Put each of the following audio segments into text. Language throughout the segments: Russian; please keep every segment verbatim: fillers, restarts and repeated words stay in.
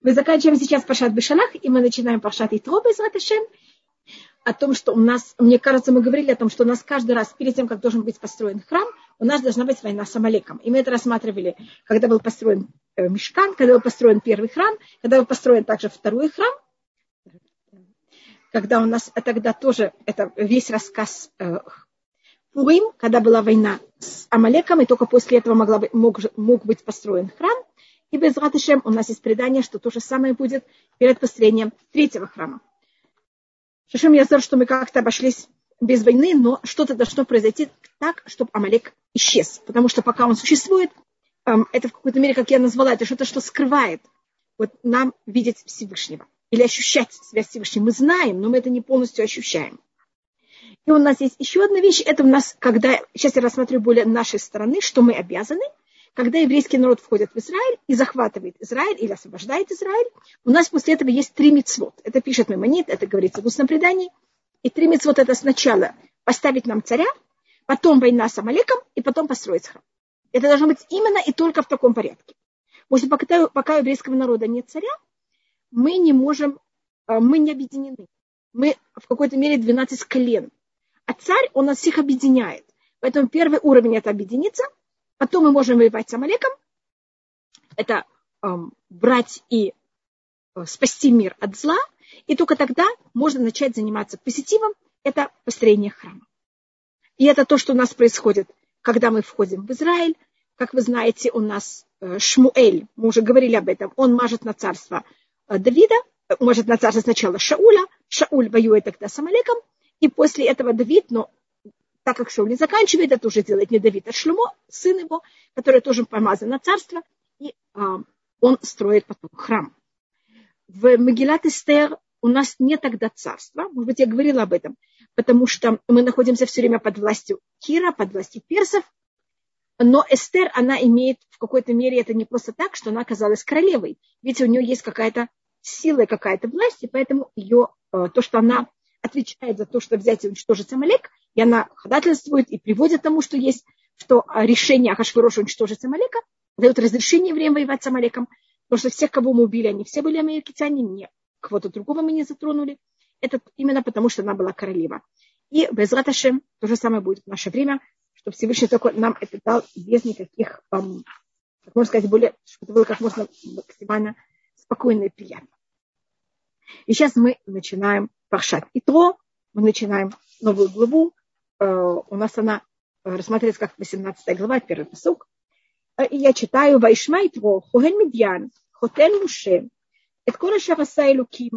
Мы заканчиваем сейчас Паршат Бешалах, и мы начинаем Паршат Итро, Безрат Ашем, о том, что у нас, мне кажется, мы говорили о том, что у нас каждый раз, перед тем, как должен быть построен храм, у нас должна быть война с Амалеком. И мы это рассматривали, когда был построен э, Мишкан, когда был построен первый храм, когда был построен также второй храм, когда у нас тогда тоже, это весь рассказ э, Пурим, когда была война с Амалеком, и только после этого могла быть, мог, мог быть построен храм. И Безрат Ашем у нас есть предание, что то же самое будет перед построением третьего храма. Шашем Язар, что мы как-то обошлись без войны, но что-то должно произойти так, чтобы Амалек исчез. Потому что пока он существует, это в какой-то мере, как я назвала, это что-то, что скрывает вот нам видеть Всевышнего. Или ощущать связь с Всевышним. Мы знаем, но мы это не полностью ощущаем. И у нас есть еще одна вещь. Это у нас, когда, сейчас я рассмотрю более нашей стороны, что мы обязаны. Когда еврейский народ входит в Израиль и захватывает Израиль или освобождает Израиль, у нас после этого есть три мицвот. Это пишет Маймонид, это говорится в устном предании. И три мицвот это сначала поставить нам царя, потом война с Амалеком и потом построить храм. Это должно быть именно и только в таком порядке. Потому что пока, пока у еврейского народа нет царя, мы не можем, мы не объединены. Мы в какой-то мере двенадцать колен. А царь, он нас всех объединяет. Поэтому первый уровень это объединиться. Потом мы можем воевать с Амалеком. Это эм, брать и э, спасти мир от зла. И только тогда можно начать заниматься позитивом. Это построение храма. И это то, что у нас происходит, когда мы входим в Израиль. Как вы знаете, у нас э, Шмуэль, мы уже говорили об этом, он мажет на царство э, Давида, э, мажет на царство сначала Шауля. Шауль воюет тогда с Амалеком. И после этого Давид, но так как Шауль не заканчивает, это уже делает не Давид, а Шломо, сын его, который тоже помазан на царство, и а, он строит потом храм. В Мегилат Эстер у нас нет тогда царства, может быть, я говорила об этом, потому что мы находимся все время под властью Кира, под властью персов, но Эстер, она имеет в какой-то мере, это не просто так, что она оказалась королевой, ведь у нее есть какая-то сила, какая-то власть, и поэтому ее, то, что она отвечает за то, что взять и уничтожить Амалек, и она ходатайствует и приводит к тому, что есть, что решение Ахашвироша уничтожить Амалека дает разрешение время воевать с Амалеком, потому что всех, кого мы убили, они все были амалекитяне, не кого-то другого мы не затронули. Это именно потому, что она была королева. И Безрат Ашем то же самое будет в наше время, что Всевышний только нам это дал без никаких, эм, как можно сказать, более, чтобы это было как можно максимально спокойно и приятно. И сейчас мы начинаем Паршат Итро, мы начинаем новую главу. Uh, у нас она uh, рассматривается как восемнадцатая глава, первый пасук. Uh, и я читаю «Ваишма Итро, Хогель Медьян, Хотен Муше, Эт кол ашер аса Элоким,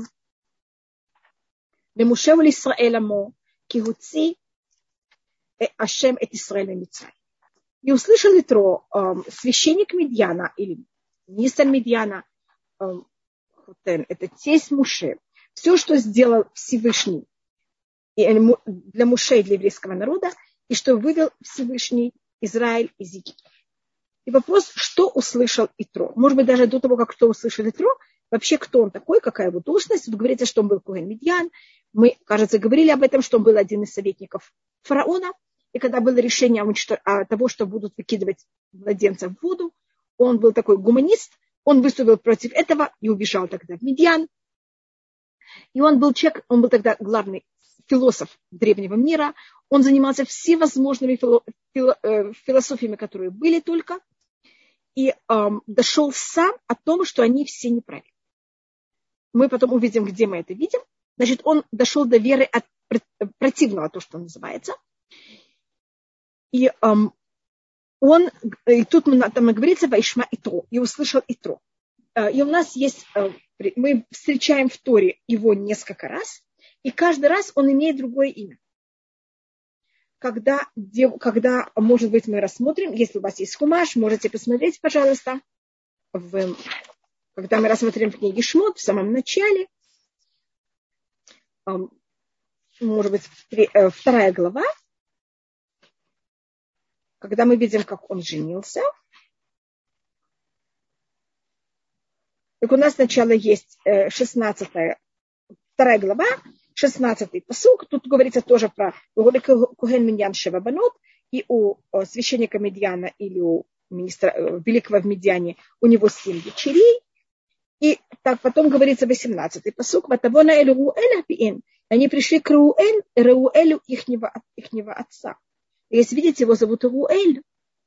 Лемуше ולישראל עמו, כי הוציא Ашем эт Исраэль мимицраим». И услышал Итро, uh, священник Медьяна, или министр Медьяна, uh, Хотен, это тесть Муше, все, что сделал Всевышний для Муше и для еврейского народа, и что вывел Всевышний Израиль из Египта. И вопрос, что услышал Итро? Может быть, даже до того, как кто услышал Итро, вообще кто он такой, какая его должность. Тут говорится, что он был Коэн Медьян. Мы, кажется, говорили об этом, что он был один из советников фараона. И когда было решение о того, что будут выкидывать младенцев в воду, он был такой гуманист, он выступил против этого и убежал тогда в Медьян. И он был человек, он был тогда главный философ древнего мира, он занимался всевозможными фило, фило, э, философиями, которые были только, и э, дошел сам о том, что они все неправильны. Мы потом увидим, где мы это видим. Значит, он дошел до веры от противного, то, что называется. И э, он, и тут мы, там говорится «Ваишма Итро», и услышал Итро. Э, и у нас есть, э, мы встречаем в Торе его несколько раз, и каждый раз он имеет другое имя. Когда, когда, может быть, мы рассмотрим, если у вас есть хумаш, можете посмотреть, пожалуйста, в, когда мы рассмотрим в книге Шмот в самом начале, может быть, вторая глава, когда мы видим, как он женился. Так у нас сначала есть шестнадцатая, вторая глава, шестнадцатый пасук, тут говорится тоже про Коэн Медьян Шева Банот, и у священника Медьяна или у министра великого в Медьяне у него семь дочерей. И так потом говорится восемнадцатый пасук. Ватавона эль Руэль апиэн. Они пришли к Руэль, Руэлю ихнего, ихнего отца. И если видите, его зовут Руэль.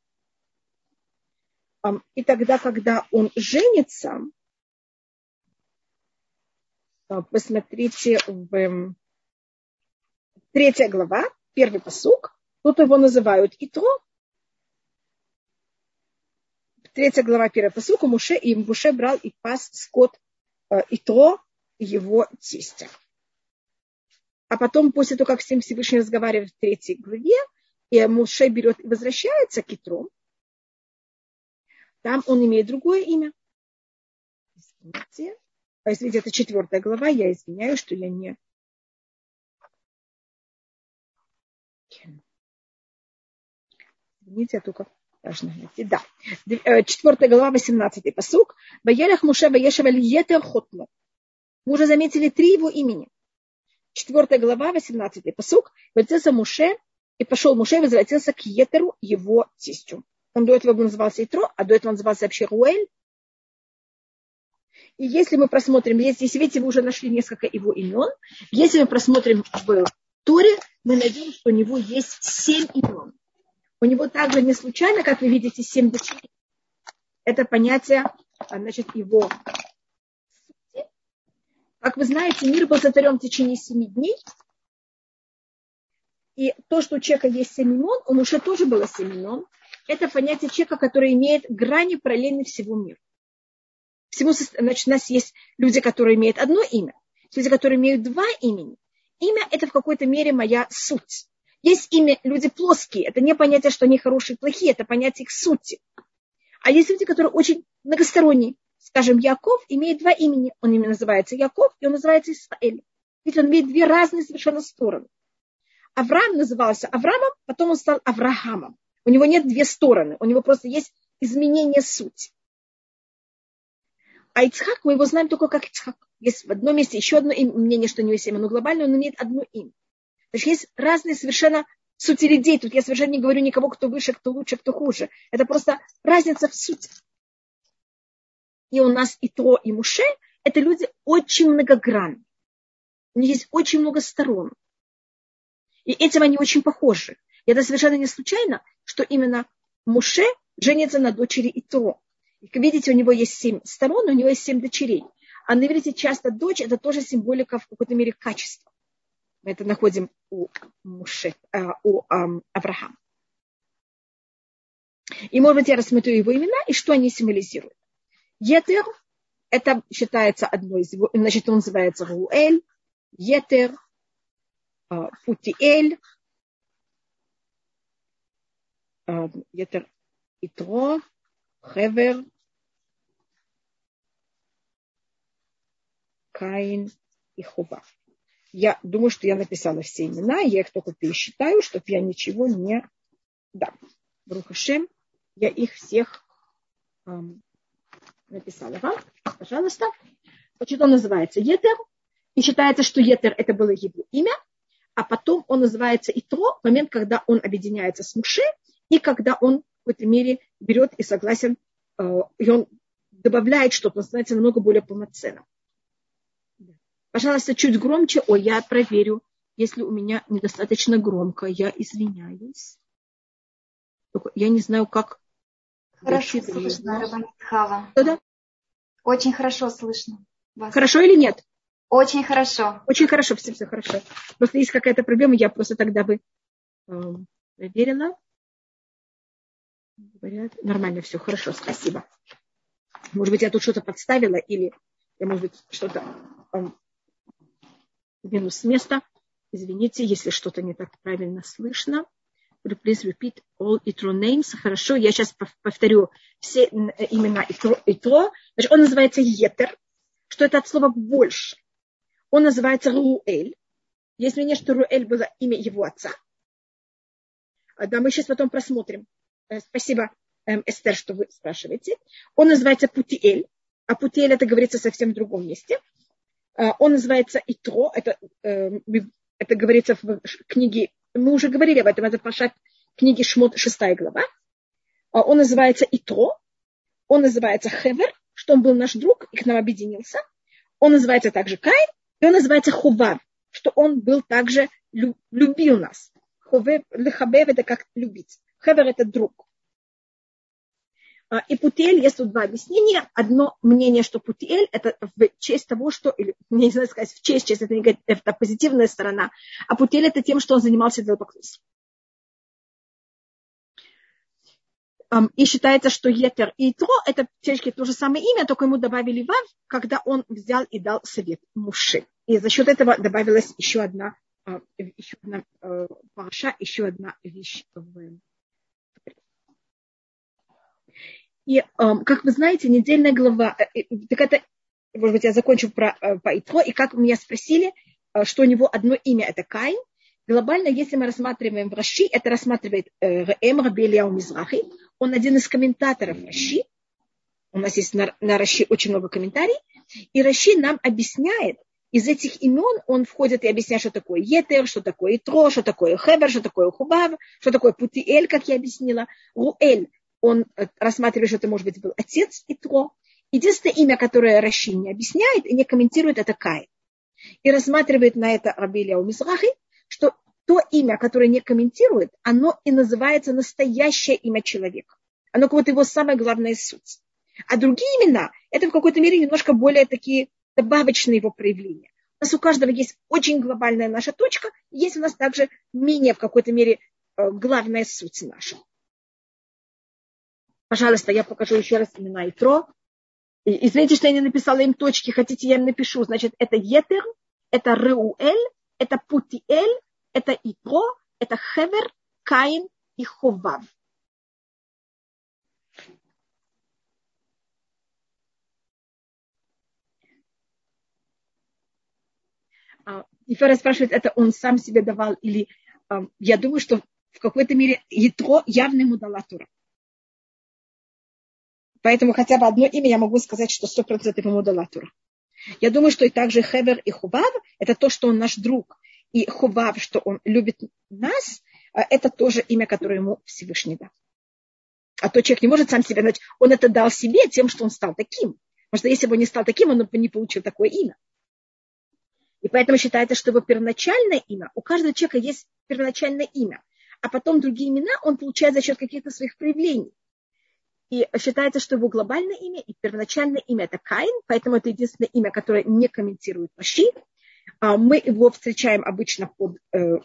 И тогда, когда он женится, посмотрите в третья глава, первый пасук. Тут его называют Итро. Третья глава, первый пасук. У Муше, и Муше брал и пас скот Итро, его тестя. А потом, после того, как с ним Всевышний разговаривает в третьей главе, и Муше берет и возвращается к Итро, там он имеет другое имя. Извините. А если это четвертая глава, я извиняюсь, что я не... Извините, я только должна найти. Да. Четвертая глава, восемнадцатый пасук. Ваелях Муше ваешеваль етер хотно. Мы уже заметили три его имени. Четвертая глава, восемнадцатый пасук. Возвратился Муше, и пошел Муше и возвратился к Етеру, его тестю. Он до этого назывался Итро, а до этого он назывался вообще Руэль. И если мы просмотрим, если, если видите, вы уже нашли несколько его имен, если мы просмотрим в Торе, мы найдем, что у него есть семь имен. У него также не случайно, как вы видите, семь дочерей. Это понятие, значит, его сути. Как вы знаете, мир был сотворен в течение семи дней. И то, что у человека есть семь имен, у Муше тоже было семь имен. Это понятие человека, который имеет грани параллельны всего мира. Всему, значит, у нас есть люди, которые имеют одно имя, люди, которые имеют два имени. Имя – это в какой-то мере моя суть. Есть имя люди плоские, это не понятие, что они хорошие и плохие, это понятие их сути. А есть люди, которые очень многосторонние. Скажем, Яков имеет два имени. Он имя называется Яков, и он называется Исраэль. Ведь он имеет две разные совершенно стороны. Авраам назывался Авраамом, потом он стал Авраамом. У него нет две стороны, у него просто есть изменение сути. А Ицхак, мы его знаем только как Ицхак. Есть в одном месте еще одно имя, мнение, что у него есть имя, но глобально он имеет одно имя. Значит, есть разные совершенно сути людей. Тут я совершенно не говорю никого, кто выше, кто лучше, кто хуже. Это просто разница в сути. И у нас и то, и Муше – это люди очень многогранные. У них есть очень много сторон. И этим они очень похожи. И это совершенно не случайно, что именно Муше женится на дочери Итро. И, как видите, у него есть семь сторон, у него есть семь дочерей. А на иврите часто дочь – это тоже символика в какой-то мере качества. Мы это находим у Муше, у Авраама. И, может быть, я рассмотрю его имена и что они символизируют. Етер – это считается одной из его, значит, он называется Руэль, Етер, Путиэль, Етер Итро, Хевер, Каин и Хува. Я думаю, что я написала все имена, я их только пересчитаю, чтобы я ничего не... Да, Барух Ашем, я их всех эм, написала вам. Пожалуйста. Значит, он называется Етер, и считается, что Етер это было его имя, а потом он называется Итро в момент, когда он объединяется с Муше, и когда он в какой-то мере берет и согласен, э, и он добавляет что-то, он становится намного более полноценным. Пожалуйста, чуть громче. Ой, я проверю. Если у меня недостаточно громко, я извиняюсь. Только я не знаю, как... Хорошо слышно, Рабанит Хава. Да-да. Очень хорошо слышно вас. Хорошо или нет? Очень хорошо. Очень хорошо, все, все хорошо. Просто есть какая-то проблема, я просто тогда бы э, проверила. Говорят, нормально все, хорошо, спасибо. Может быть, я тут что-то подставила, или я, может быть, что-то... Э, минус с места. Извините, если что-то не так правильно слышно. Please repeat all Итро names. Хорошо, я сейчас повторю все имена Итро. Итро. Значит, он называется Етер, что это от слова больше. Он называется Руэль. Есть мнение, что Руэль было имя его отца. Да, мы сейчас потом просмотрим. Спасибо, Эстер, что вы спрашиваете. Он называется Путиэль. А Путиэль это говорится совсем в другом месте. Он называется Итро, это, это говорится в книге, мы уже говорили об этом, это Пашат книги Шмот, шестая глава. Он называется Итро, он называется Хевер, что он был наш друг и к нам объединился. Он называется также Каин, и он называется Хував, что он был также, любил нас. Лехабев – это как любить. Хевер – это друг. И Путиэль, есть тут два объяснения. Одно мнение, что Путиэль – это в честь того, что, или не знаю сказать, в честь, честь это, не, это позитивная сторона, а Путиэль – это тем, что он занимался идолопоклонством. И считается, что Етер и Итро – это фактически то же самое имя, только ему добавили Вав, когда он взял и дал совет Муше. И за счет этого добавилась еще одна, еще одна параша, еще одна вещь. И, как вы знаете, недельная глава, так это, может быть, я закончу про, по Итро, и как меня спросили, что у него одно имя – это Каин. Глобально, если мы рассматриваем в Раши, это рассматривает Рэм Раби Элияу Мизрахи. Он один из комментаторов Раши. У нас есть на, на Раши очень много комментариев. И Раши нам объясняет, из этих имен он входит и объясняет, что такое Етер, что такое Итро, что такое Хевер, что такое Хубав, что такое Путиэль, как я объяснила. Руэль, он рассматривает, что это, может быть, был отец Итро. Единственное имя, которое Раши не объясняет и не комментирует, это Каин. И рассматривает на это Раби Элияу Мизрахи, что то имя, которое не комментирует, оно и называется настоящее имя человека. Оно как будто его самая главная суть. А другие имена, это в какой-то мере немножко более такие добавочные его проявления. У нас у каждого есть очень глобальная наша точка, есть у нас также менее в какой-то мере главная суть наша. Пожалуйста, я покажу еще раз имена Итро. Извините, что я не написала им точки, хотите, я им напишу. Значит, это Етер, это Реуэль, это Путиэль, это Итро, это Хевер, Каин и Хував. Ефера спрашивает, это он сам себе давал или... Я думаю, что в какой-то мере Итро явно ему дала Тора. Поэтому хотя бы одно имя я могу сказать, что сто процентов ему дала Тора. Я думаю, что и также Хевер и Хував – это то, что он наш друг. И Хував, что он любит нас, это тоже имя, которое ему Всевышний дал. А то человек не может сам себе дать. Он это дал себе тем, что он стал таким. Потому что если бы он не стал таким, он бы не получил такое имя. И поэтому считается, что его первоначальное имя, у каждого человека есть первоначальное имя, а потом другие имена он получает за счет каких-то своих проявлений. И считается, что его глобальное имя и первоначальное имя – это Каин, поэтому это единственное имя, которое не комментирует Раши. Мы его встречаем обычно под э,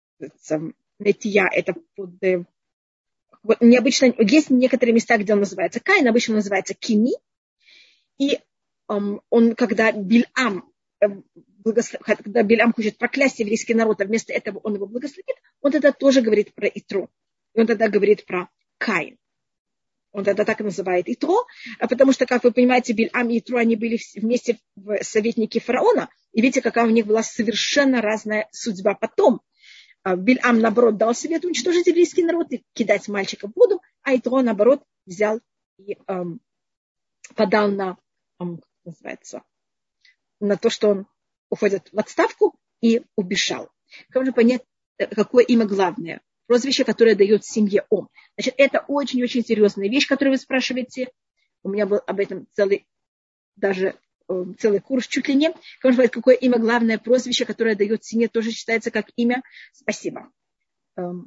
Нетия, это под... Э, необычно, есть некоторые места, где он называется Каин, обычно он называется Кини. И э, он, когда Бильам, э, благослов... когда Бильам хочет проклясть еврейский народ, а вместо этого он его благословит, он тогда тоже говорит про Итру. И он тогда говорит про Каин. Он тогда так и называет Итро, потому что, как вы понимаете, Бильам и Итро, они были вместе в советнике фараона, и видите, какая у них была совершенно разная судьба потом. Бильам, наоборот, дал совет уничтожить еврейский народ и кидать мальчика в воду, а Итро, наоборот, взял и эм, подал на, эм, как называется, на то, что он уходит в отставку и убежал. Как же понять, какое имя главное? Прозвище, которое дает семье Ом. Значит, это очень-очень серьезная вещь, которую вы спрашиваете. У меня был об этом целый, даже э, целый курс чуть ли не. Какое имя главное прозвище, которое дает семье, тоже считается как имя. Спасибо. Эм,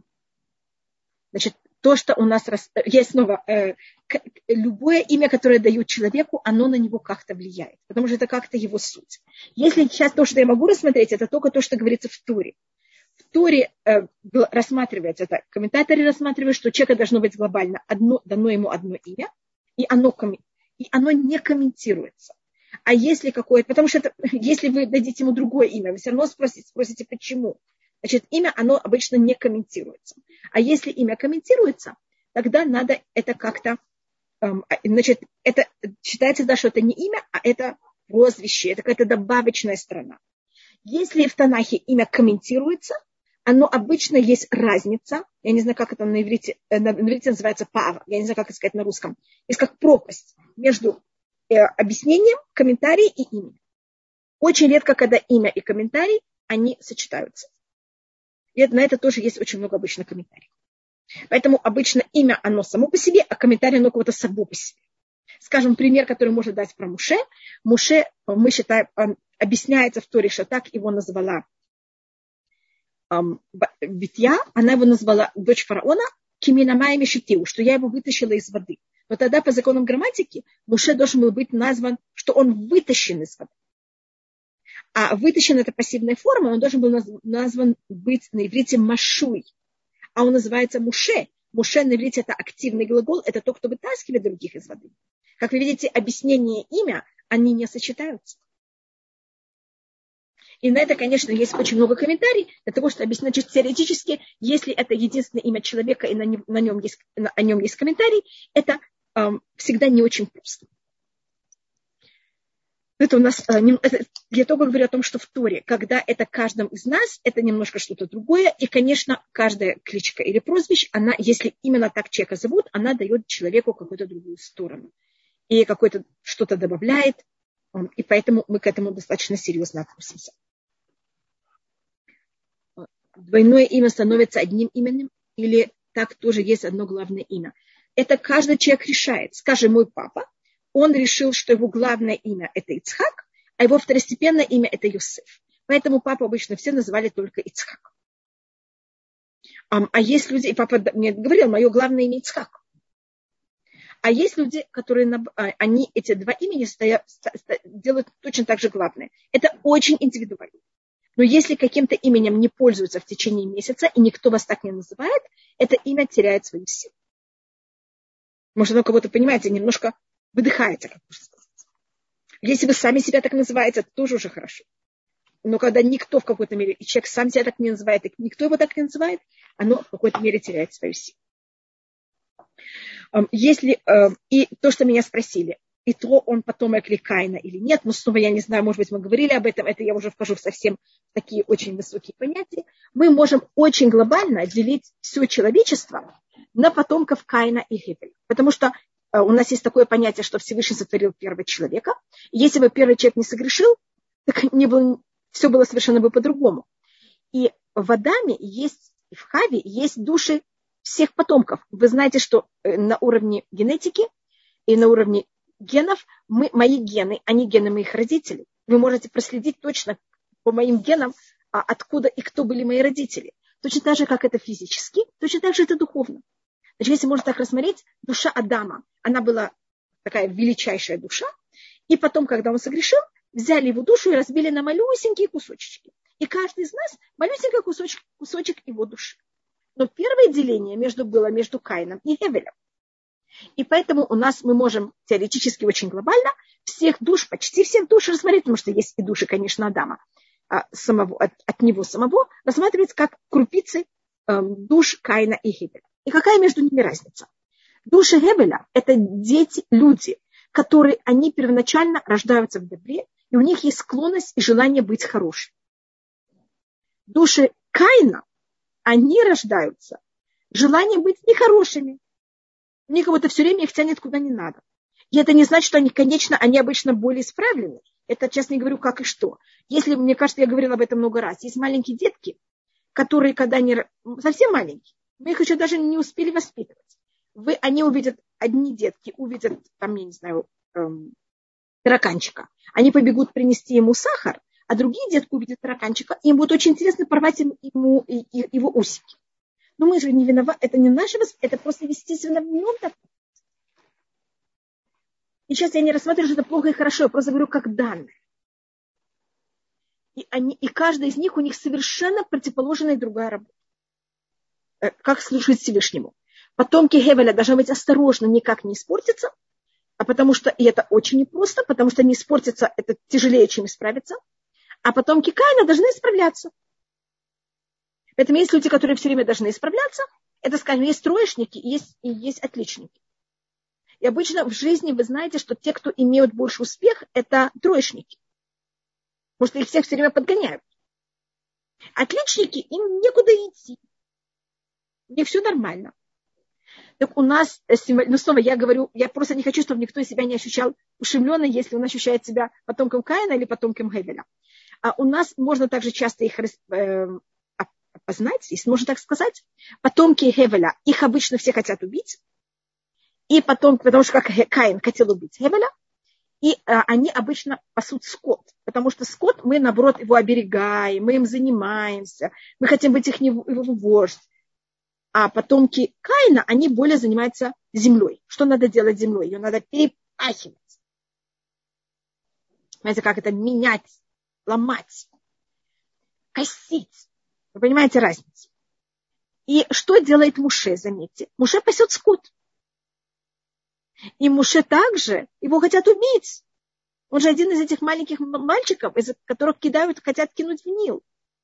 значит, то, что у нас есть снова, э, к, любое имя, которое дают человеку, оно на него как-то влияет, потому что это как-то его суть. Если сейчас то, что я могу рассмотреть, это только то, что говорится в Торе. В Торе э, рассматривается, это комментаторы рассматривают, что у человека должно быть глобально одно, дано ему одно имя, и оно, и оно не комментируется. А если какое-то, потому что это, если вы дадите ему другое имя, вы все равно спросите, спросите почему. Значит, имя, оно обычно не комментируется. А если имя комментируется, тогда надо это как-то, эм, значит, это считается, да, что это не имя, а это прозвище, это какая-то добавочная сторона. Если в Танахе имя комментируется, оно обычно есть разница. Я не знаю, как это на иврите, на иврите называется пава. Я не знаю, как это сказать на русском. Есть как пропасть между э, объяснением, комментарием и именем. Очень редко, когда имя и комментарий, они сочетаются. И на это тоже есть очень много обычно комментариев. Поэтому обычно имя, оно само по себе, а комментарий, оно кого-то само по себе. Скажем, пример, который можно дать про Муше. Муше, мы считаем, он объясняется в Торе, что так его назвала эм, Битья, она его назвала дочь фараона, Киминамая Мешитиу, что я его вытащила из воды. Но тогда по законам грамматики Муше должен был быть назван, что он вытащен из воды. А вытащен — это пассивная форма, он должен был назван быть на иврите Машуй. А он называется Муше. Муше на иврите — это активный глагол, это тот, кто вытаскивает других из воды. Как вы видите, объяснение имя, они не сочетаются. И на это, конечно, есть очень много комментариев для того, чтобы объяснить. Значит, теоретически, если это единственное имя человека, и на нем, на нем есть, на, о нем есть комментарий, это эм, всегда не очень просто. Это у нас, это, я только говорю о том, что в Торе, когда это каждом из нас, это немножко что-то другое. И, конечно, каждая кличка или прозвище, она, если именно так человека зовут, она дает человеку какую-то другую сторону. И какое-то что-то добавляет. И поэтому мы к этому достаточно серьезно относимся. Двойное имя становится одним именем, или так тоже есть одно главное имя. Это каждый человек решает. Скажем, мой папа, он решил, что его главное имя – это Ицхак, а его второстепенное имя – это Йосеф. Поэтому папу обычно все называли только Ицхак. А есть люди, и папа мне говорил, мое главное имя Ицхак. А есть люди, которые они эти два имени стоят, делают точно так же главное. Это очень индивидуально. Но если каким-то именем не пользуются в течение месяца, и никто вас так не называет, это имя теряет свою силу. Может, оно кого-то, понимаете, немножко выдыхается, как можно сказать. Если вы сами себя так называете, это тоже уже хорошо. Но когда никто в какой-то мере, и человек сам себя так не называет, и никто его так не называет, оно в какой-то мере теряет свою силу. Если, и то, что меня спросили, и то он потомок ли Каина или нет, но снова я не знаю, может быть, мы говорили об этом, это я уже вхожу в совсем такие очень высокие понятия, мы можем очень глобально делить все человечество на потомков Каина и Гевеля. Потому что у нас есть такое понятие, что Всевышний сотворил первого человека, и если бы первый человек не согрешил, так не было, все было совершенно бы по-другому. И в Адаме есть, и в Хаве есть души всех потомков. Вы знаете, что на уровне генетики и на уровне генов мы, мои гены, они гены моих родителей. Вы можете проследить точно по моим генам, откуда и кто были мои родители. Точно так же, как это физически, точно так же это духовно. Значит, если можно так рассмотреть, душа Адама, она была такая величайшая душа, и потом, когда он согрешил, взяли его душу и разбили на малюсенькие кусочки. И каждый из нас малюсенький кусочек, кусочек его души. Но первое деление между, было между Каином и Гевелем. И поэтому у нас мы можем теоретически очень глобально всех душ, почти всех душ рассмотреть, потому что есть и души, конечно, Адама, самого, от, от него самого, рассматривать как крупицы эм, душ Каина и Гевеля. И какая между ними разница? Души Гевеля – это дети, люди, которые, они первоначально рождаются в добре, и у них есть склонность и желание быть хорошими. Души Каина, они рождаются желанием быть нехорошими. У них как будто все время их тянет куда не надо. И это не значит, что они, конечно, они обычно более исправлены. Это, честно не говорю, как и что. Если, мне кажется, я говорила об этом много раз, есть маленькие детки, которые, когда они совсем маленькие, мы их еще даже не успели воспитывать. Вы, они увидят, одни детки увидят, там, я не знаю, эм, тараканчика. Они побегут принести ему сахар, а другие детки увидят тараканчика, и им будет очень интересно порвать ему, ему и, и, его усики. Но мы же не виноваты, это не наше воспитание, это просто естественно в нем так. И сейчас я не рассматриваю, что это плохо и хорошо, я просто говорю как данные. И, они, и каждый из них, у них совершенно противоположная другая работа. Как служить Всевышнему. Потомки Гевеля должны быть осторожны, никак не испортиться, а потому что, и это очень непросто, потому что не испортиться, это тяжелее, чем исправиться, а потомки Каина должны исправляться. Поэтому есть люди, которые все время должны исправляться, это, скажем, есть троечники и есть, и есть отличники. И обычно в жизни вы знаете, что те, кто имеют больше успех, это троечники. Потому что их всех все время подгоняют. Отличники, им некуда идти. У них все нормально. Так у нас, ну снова я говорю, я просто не хочу, чтобы никто из себя не ощущал ушибленный, если он ощущает себя потомком Каина или потомком Гевеля. А у нас можно также часто их э, опознать, если можно так сказать. Потомки Гевеля, их обычно все хотят убить. И потом, потому что как Каин хотел убить Хевеля, и а, они обычно пасут скот, потому что скот, мы, наоборот, его оберегаем, мы им занимаемся, мы хотим быть их его вождь. А потомки Каина, они более занимаются землей. Что надо делать с землей? Ее надо перепахивать. Знаете, как это менять, ломать, косить. Вы понимаете разницу? И что делает Муше, заметьте? Муше пасет скот. И Муше также, его хотят убить. Он же один из этих маленьких мальчиков, из которых кидают, хотят кинуть в Нил.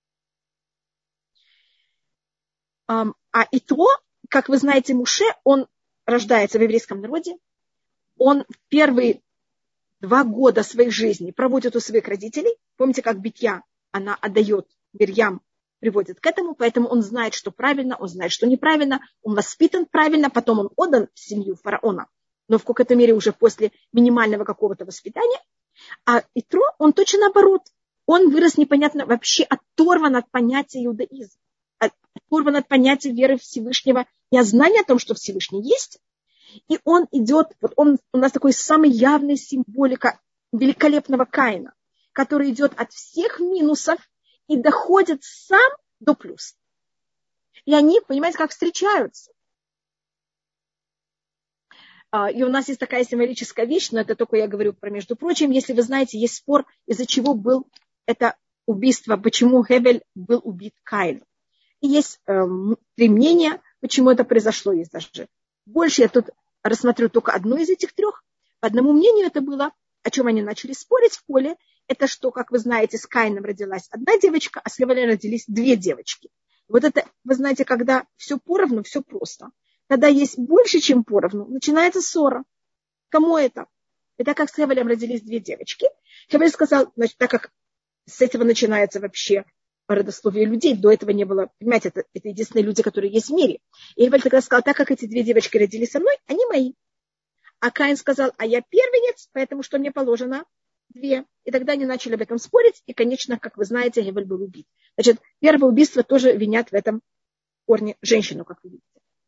А Итро, как вы знаете, Муше, он рождается в еврейском народе. Он первые два года своей жизни проводит у своих родителей. Помните, как Битья, она отдает Мирьям, приводит к этому, поэтому он знает, что правильно, он знает, что неправильно, он воспитан правильно, потом он отдан в семью фараона, но в какой-то мере уже после минимального какого-то воспитания. А Итро, он точно наоборот. Он вырос непонятно, вообще оторван от понятия иудаизма, оторван от понятия веры Всевышнего и знания о том, что Всевышний есть. И он идет, вот он у нас такой самый явный символика великолепного Каина, который идет от всех минусов и доходит сам до плюса. И они, понимаете, как встречаются. И у нас есть такая символическая вещь, но это только я говорю про между прочим. Если вы знаете, есть спор, из-за чего был это убийство, почему Хевель был убит Каином. И есть э, три мнения, почему это произошло. Есть даже больше. Я тут рассмотрю только одну из этих трех. По одному мнению это было, о чем они начали спорить в поле, это что, как вы знаете, с Каином родилась одна девочка, а с Хевелем родились две девочки. Вот это, вы знаете, когда все поровну, все просто. Когда есть больше, чем поровну, начинается ссора. Кому это? И так как с Хевелем родились две девочки, Хевель сказал, значит, так как с этого начинается вообще родословие людей, до этого не было, понимаете, это, это единственные люди, которые есть в мире. И Хевель тогда сказал, так как эти две девочки родились со мной, они мои. А Каин сказал, а я первенец, поэтому что мне положено? Две. И тогда они начали об этом спорить, и, конечно, как вы знаете, Хевель был убит. Значит, первое убийство тоже винят в этом корне женщину, как вы видите.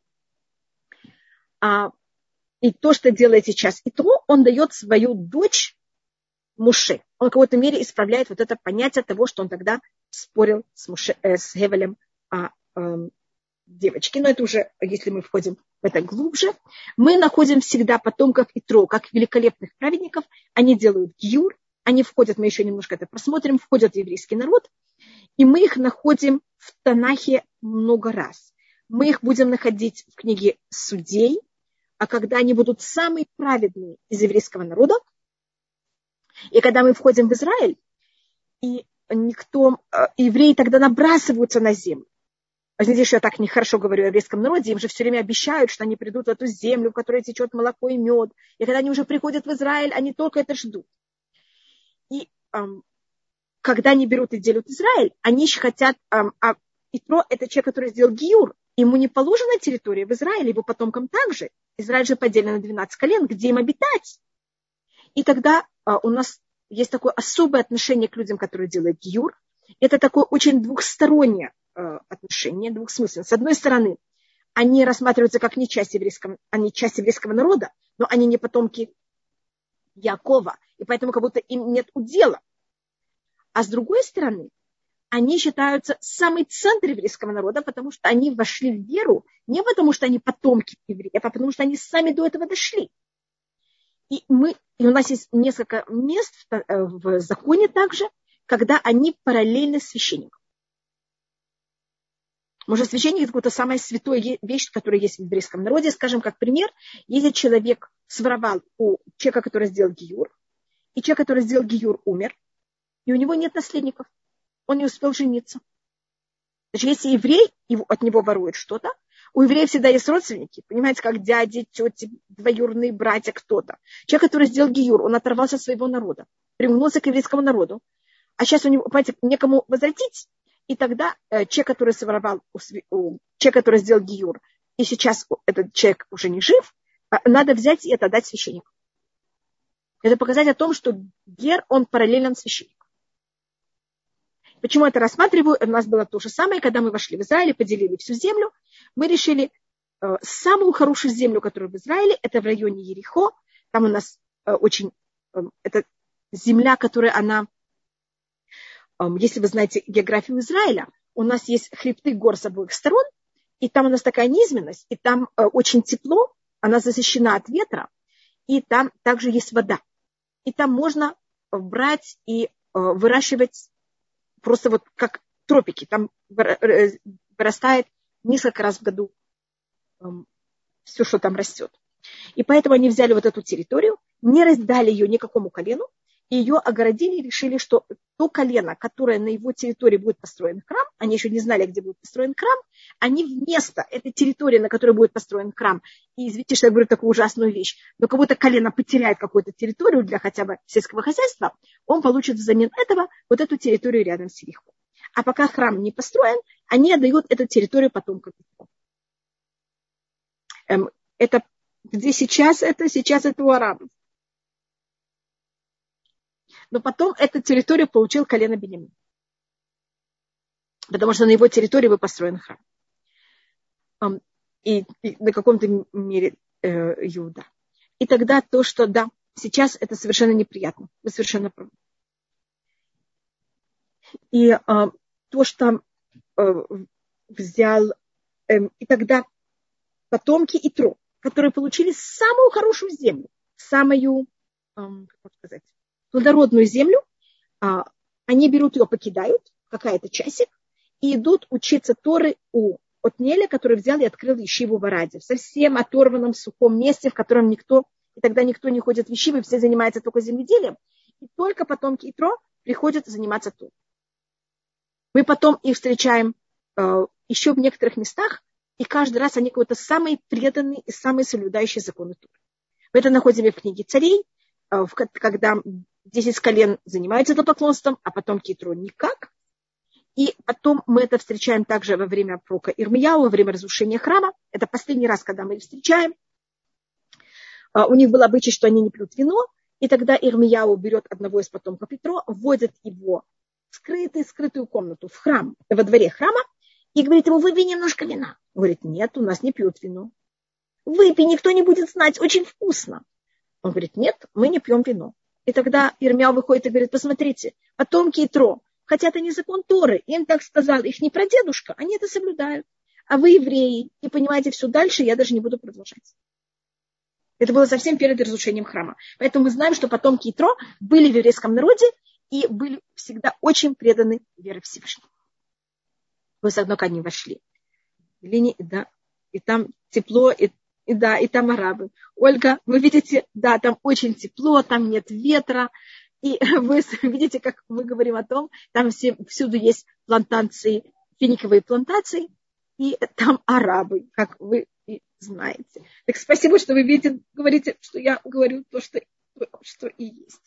А, и то, что делает сейчас Итро, он дает свою дочь Муше. Он в какой-то мере исправляет вот это понятие того, что он тогда спорил с, Муше, э, с Хевелем о э, девочке. Но это уже, если мы входим в это глубже, мы находим всегда потомков Итро, как великолепных праведников. Они делают гиюр, они входят, мы еще немножко это просмотрим, входят в еврейский народ, и мы их находим в Танахе много раз. Мы их будем находить в книге Судей, а когда они будут самые праведные из еврейского народа, и когда мы входим в Израиль, и никто, евреи тогда набрасываются на землю. Знаете, что я так нехорошо говорю о еврейском народе, им же все время обещают, что они придут в эту землю, в которой течет молоко и мед. И когда они уже приходят в Израиль, они только это ждут. И эм, когда они берут и делят Израиль, они еще хотят... Эм, а Итро – это человек, который сделал гиюр. Ему не положена территория в Израиле, его потомкам также. Израиль же поделен на двенадцать колен, где им обитать. И тогда а, у нас есть такое особое отношение к людям, которые делают гиюр. Это такое очень двухстороннее а, отношение, двухсмысленное. С одной стороны, они рассматриваются как не часть еврейского, они часть еврейского народа, но они не потомки Якова, и поэтому как будто им нет удела. А с другой стороны, они считаются самый центр еврейского народа, потому что они вошли в веру не потому, что они потомки евреев, а потому что они сами до этого дошли. И, мы, и у нас есть несколько мест в, в законе также, когда они параллельны священникам. Может, священник – это какая-то самая святая вещь, которая есть в еврейском народе. Скажем, как пример, если человек своровал у человека, который сделал гиюр, и человек, который сделал гиюр, умер, и у него нет наследников, он не успел жениться. Значит, если еврей его, от него ворует что-то, у евреев всегда есть родственники, понимаете, как дяди, тети, двоюродные братья, кто-то. Человек, который сделал гиюр, он оторвался от своего народа, примкнулся к еврейскому народу, а сейчас у него, понимаете, некому возвратить. И тогда э, человек, который своровал, у, у, человек, который сделал гиюр, и сейчас этот человек уже не жив, э, надо взять и это отдать священнику. Это показать о том, что гер, он параллелен священнику. Почему это рассматриваю? У нас было то же самое, когда мы вошли в Израиль и поделили всю землю. Мы решили, самую хорошую землю, которая в Израиле, это в районе Ерихо. Там у нас очень... Это земля, которая она... Если вы знаете географию Израиля, у нас есть хребты гор с обоих сторон, и там у нас такая низменность, и там очень тепло, она защищена от ветра, и там также есть вода. И там можно брать и выращивать просто вот как тропики. Там вырастает несколько раз в году все, что там растет. И поэтому они взяли вот эту территорию, не раздали ее никакому колену, и ее огородили и решили, что то колено, которое на его территории будет построен храм, они еще не знали, где будет построен храм, они вместо этой территории, на которой будет построен храм, и извините, что я говорю такую ужасную вещь, но как будто колено потеряет какую-то территорию для хотя бы сельского хозяйства, он получит взамен этого вот эту территорию рядом с Ерихо. А пока храм не построен, они отдают эту территорию потомкам. Эм, это где сейчас это? Сейчас это у арабов. Но потом эту территорию получил колено Беньямин. Потому что на его территории был построен храм. Um, и, и на каком-то мере э, Иуда. И тогда то, что да, сейчас это совершенно неприятно. Вы совершенно правы. И э, то, что э, взял... Э, и тогда потомки Итро, которые получили самую хорошую землю, самую, э, как сказать, плодородную землю, а, они берут ее, покидают, какая-то часик, и идут учиться Торы у Отнеля, который взял и открыл ешиву в Араде, в совсем оторванном сухом месте, в котором никто, и тогда никто не ходит в ешивы, все занимаются только земледелием, и только потомки Итро приходят заниматься Торой. Мы потом их встречаем э, еще в некоторых местах, и каждый раз они какой-то самые преданные и самые соблюдающие законы Торы. Мы это находим в книге Царей, э, в, когда десять колен занимаются идолопоклонством, а потомки Итро никак. И потом мы это встречаем также во время пророка Ирмияу, во время разрушения храма. Это последний раз, когда мы их встречаем. У них был обычай, что они не пьют вино. И тогда Ирмияу берет одного из потомков Итро, вводит его в скрытую, скрытую комнату, в храм, во дворе храма, и говорит ему: выпей немножко вина. Он говорит: нет, у нас не пьют вино. Выпей, никто не будет знать, очень вкусно. Он говорит: нет, мы не пьем вино. И тогда Ирмияу выходит и говорит: посмотрите, потомки Итро, хотя это не закон Торы, им так сказал их не прадедушка, они это соблюдают. А вы, евреи, не понимаете все дальше, я даже не буду продолжать. Это было совсем перед разрушением храма. Поэтому мы знаем, что потомки Итро были в еврейском народе и были всегда очень преданы вере Всевышнего. После того, как они вошли. И, да, и там тепло, и И да, и там арабы. Ольга, вы видите, да, там очень тепло, там нет ветра. И вы видите, как мы говорим о том, там все, всюду есть плантации, финиковые плантации, и там арабы, как вы и знаете. Так спасибо, что вы видите, говорите, что я говорю то, что, что и есть.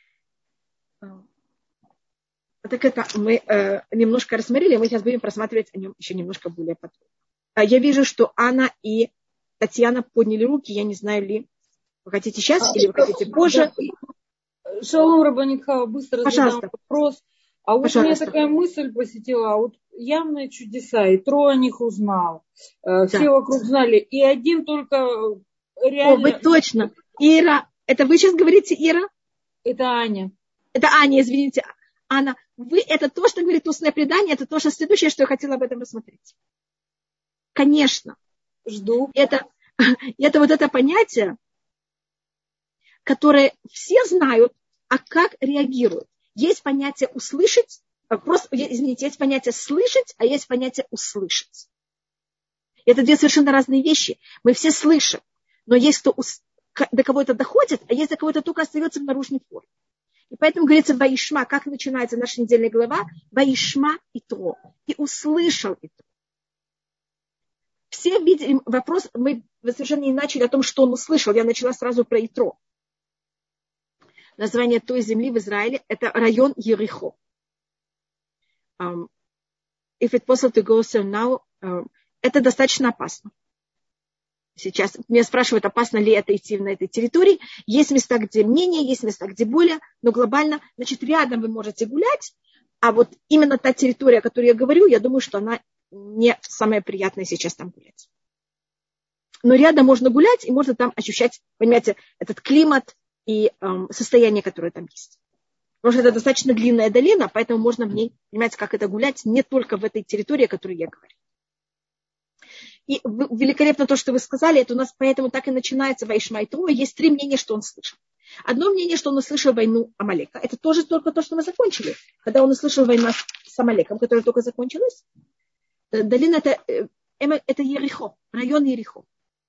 Так это мы э, немножко рассмотрели, мы сейчас будем просматривать о нем еще немножко более подробно. Я вижу, что Анна и Татьяна подняли руки, я не знаю ли, вы хотите сейчас а, или вы хотите позже? Шалом, Рабанит Хава, быстро Пожалуйста. задам вопрос. А вот Пожалуйста. У меня такая мысль посетила, а вот явные чудеса, и Тро о них узнал, да. Все вокруг знали, и один только реально... О, вы точно. Ира, это вы сейчас говорите, Ира? Это Аня. Это Аня, извините. Анна, вы, это то, что говорит устное предание, это то, что следующее, что я хотела об этом рассмотреть. Конечно. Жду. Это, это вот это понятие, которое все знают, а как реагируют. Есть понятие услышать, просто, извините, есть понятие слышать, а есть понятие услышать. Это две совершенно разные вещи. Мы все слышим, но есть кто до кого это доходит, а есть до кого это только остается в наружной форме. И поэтому говорится Ваишма, как начинается наша недельная глава, Ваишма Итро. И услышал Итро. Все видели вопрос, мы совершенно не начали о том, что он услышал. Я начала сразу про Итро. Название той земли в Израиле – это район Ерихо. Um, if it's possible to go there now, um, это достаточно опасно. Сейчас меня спрашивают, опасно ли это идти на этой территории. Есть места, где менее, есть места, где более, но глобально, значит, рядом вы можете гулять, а вот именно та территория, о которой я говорю, я думаю, что она не самое приятное сейчас там гулять. но рядом можно гулять, и можно там ощущать, понимаете, этот климат и эм, состояние, которое там есть. Потому что это достаточно длинная долина, поэтому можно в ней, понимаете, как это гулять, не только в этой территории, о которой я говорю. И великолепно то, что вы сказали, это у нас поэтому так и начинается Ваишма Итро. Есть три мнения, что он слышал. Одно мнение, что он услышал войну Амалека. Это тоже только то, что мы закончили. Когда он услышал войну с Амалеком, которая только закончилась. Долина это, это Ерихо, район Ерихо.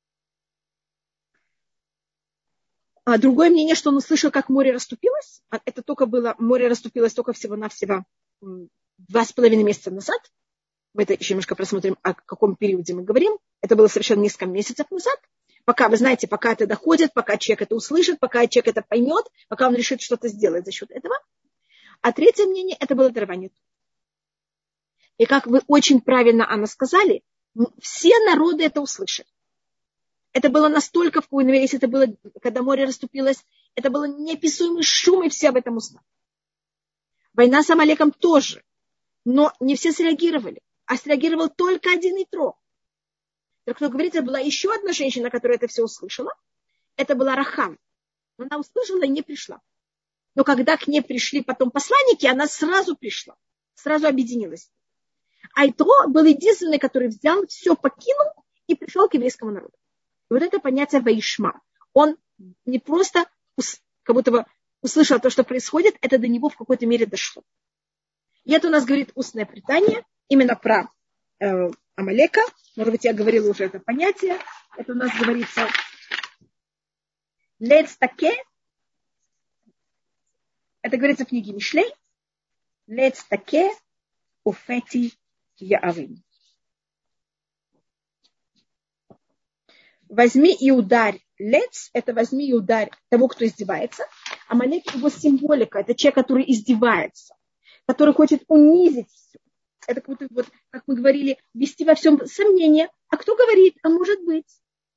А другое мнение, что он услышал, как море расступилось. Это только было, море расступилось только всего-навсего два с половиной месяца назад. Мы это еще немножко просмотрим, о каком периоде мы говорим. Это было совершенно несколько месяцев назад. Пока, вы знаете, пока это доходит, пока человек это услышит, пока человек это поймет, пока он решит что-то сделать за счет этого. А третье мнение, это было дарование. И как вы очень правильно, Анна, сказали, все народы это услышали. Это было настолько в Куинве, если это было, когда море расступилось, это было неописуемый шум, и все об этом узнали. Война с Амалеком тоже. Но не все среагировали. А среагировал только один Итро. Так кто говорит, это была еще одна женщина, которая это все услышала. Это была Рахам. Она услышала и не пришла. Но когда к ней пришли потом посланники, она сразу пришла. Сразу объединилась. А Итро был единственный, который взял, все покинул и пришел к еврейскому народу. И вот это понятие Ваишма. Он не просто как будто бы услышал то, что происходит, это до него в какой-то мере дошло. И это у нас говорит устное предание. Именно про э, Амалека. Может быть, я говорила уже это понятие. Это у нас говорится Лецтаке. Это говорится в книге Мишлей. Лецтаке уфети яавим. Возьми и ударь. Лец – это возьми и ударь того, кто издевается. Амалек – его символика. Это человек, который издевается, который хочет унизить все. Это как будто, вот, как мы говорили, вести во всем сомнения. А кто говорит? А может быть.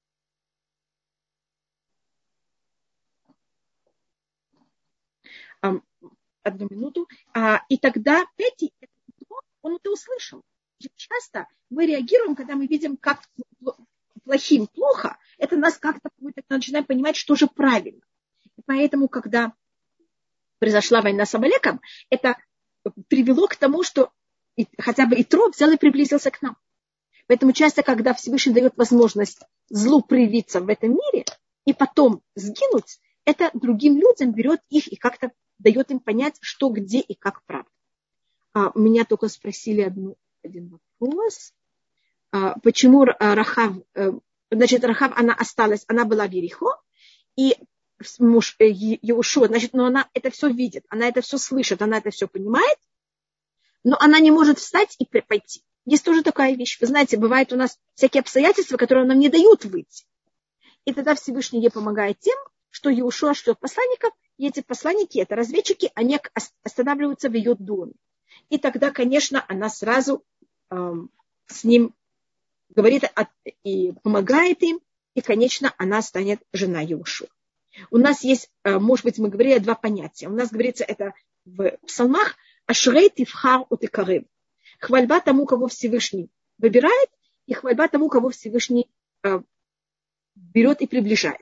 А, одну минуту. А, и тогда Петти, он это услышал. Часто мы реагируем, когда мы видим, как плохим плохо, это нас как-то мы начинаем понимать, что же правильно. И поэтому, когда произошла война с Амалеком, это привело к тому, что и хотя бы Итро взял и приблизился к нам. Поэтому часто, когда Всевышний дает возможность злу проявиться в этом мире и потом сгинуть, это другим людям берет их и как-то дает им понять, что, где и как правда. А, меня только спросили одну, один вопрос. А, почему Рахав, значит, Рахав, она осталась, она была в Ерихо, и муж Йеушуа, значит, но она это все видит, она это все слышит, она это все понимает, но она не может встать и пойти. Есть тоже такая вещь. Вы знаете, бывают у нас всякие обстоятельства, которые нам не дают выйти. И тогда Всевышний ей помогает тем, что Йеушуа шлет посланников, и эти посланники, это разведчики, они останавливаются в ее доме. И тогда, конечно, она сразу эм, с ним говорит и помогает им, и, конечно, она станет жена Йеушуа. У нас есть, может быть, мы говорили два понятия. У нас говорится это в псалмах, Ашрей тивхар утекарев. Хвальба тому, кого Всевышний выбирает, и хвальба тому, кого Всевышний э, берет и приближает.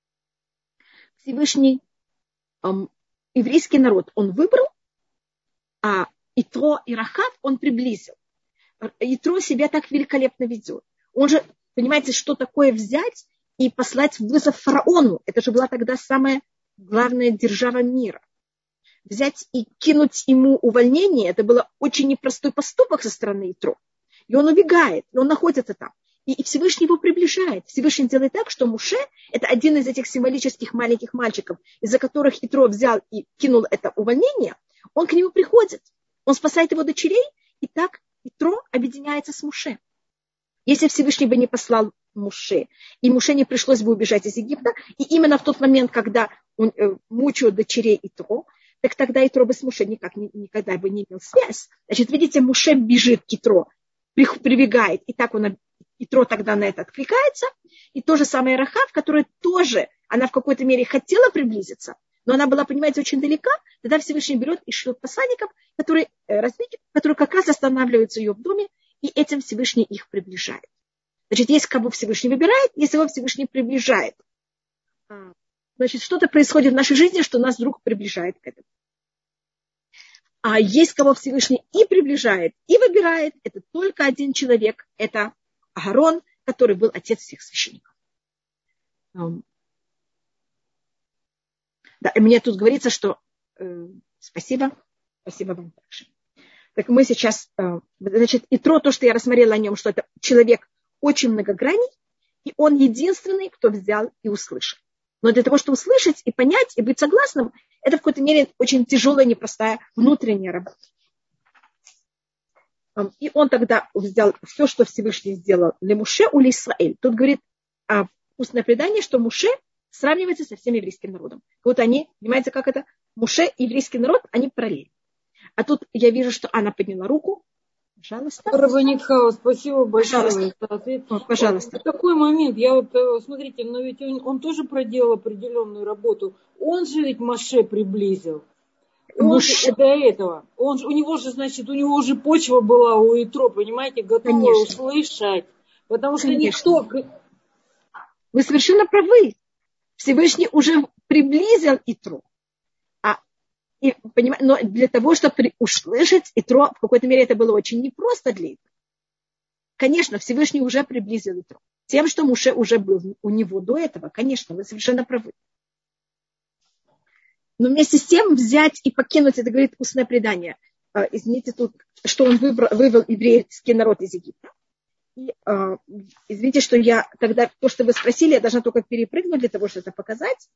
Всевышний э, еврейский народ он выбрал, а Итро и Рахав он приблизил. Итро себя так великолепно ведет. Он же, понимаете, что такое взять и послать вызов фараону. Это же была тогда самая главная держава мира. Взять и кинуть ему увольнение, это был очень непростой поступок со стороны Итро. И он убегает, и он находится там. И, и Всевышний его приближает. Всевышний делает так, что Муше, это один из этих символических маленьких мальчиков, из-за которых Итро взял и кинул это увольнение, он к нему приходит. Он спасает его дочерей, и так Итро объединяется с Муше. Если Всевышний бы не послал Муше, и Муше не пришлось бы убежать из Египта, и именно в тот момент, когда он э, мучил дочерей Итро, так тогда Итро бы с Муше никак, никогда бы не имел связь. Значит, видите, Муше бежит к Итро, прибегает, и так он, Итро тогда на это откликается. И то же самое Рахав, которая тоже, она в какой-то мере хотела приблизиться, но она была, понимаете, очень далека. Тогда Всевышний берет и шлет посланников, которые, разведчиков, которые как раз останавливаются ее в доме, и этим Всевышний их приближает. Значит, есть кого Всевышний выбирает, есть кого Всевышний приближает. Значит, что-то происходит в нашей жизни, что нас вдруг приближает к этому. А есть кого Всевышний и приближает, и выбирает. Это только один человек. Это Аарон, который был отец всех священников. Да, и мне тут говорится, что э, спасибо, спасибо вам также. Так мы сейчас, э, значит, Итро, то, что я рассмотрела о нем, что это человек очень многогранный, и он единственный, кто взял и услышал. Но для того, чтобы услышать и понять, и быть согласным, это в какой-то мере очень тяжелая, непростая внутренняя работа. И он тогда взял все, что Всевышний сделал для Муше у Исраэль. Тут говорит а, устное предание, что Муше сравнивается со всем еврейским народом. Вот они, понимаете, как это? Муше и еврейский народ, они параллельны. А тут я вижу, что она подняла руку. Пожалуйста. Рабанит Хава, спасибо большое за ответ. О, пожалуйста. Вот такой момент. Я вот, смотрите, но ведь он, он тоже проделал определенную работу. Он же ведь Моше приблизил. Он же до этого. Он, у него же, значит, у него уже почва была у Итро, понимаете, готова Конечно. услышать. Потому что Конечно. никто... Вы совершенно правы. Всевышний уже приблизил Итро. А, и, но для того, чтобы услышать Итро, в какой-то мере это было очень непросто для Итро. Конечно, Всевышний уже приблизил Итро. Тем, что Муше уже был у него до этого, конечно, вы совершенно правы. Но вместе с тем взять и покинуть, это говорит устное предание. Извините, тут, что он выбрал, вывел еврейский народ из Египта. И, э, извините, что я тогда, то, что вы спросили, я должна только перепрыгнуть для того, чтобы это показать.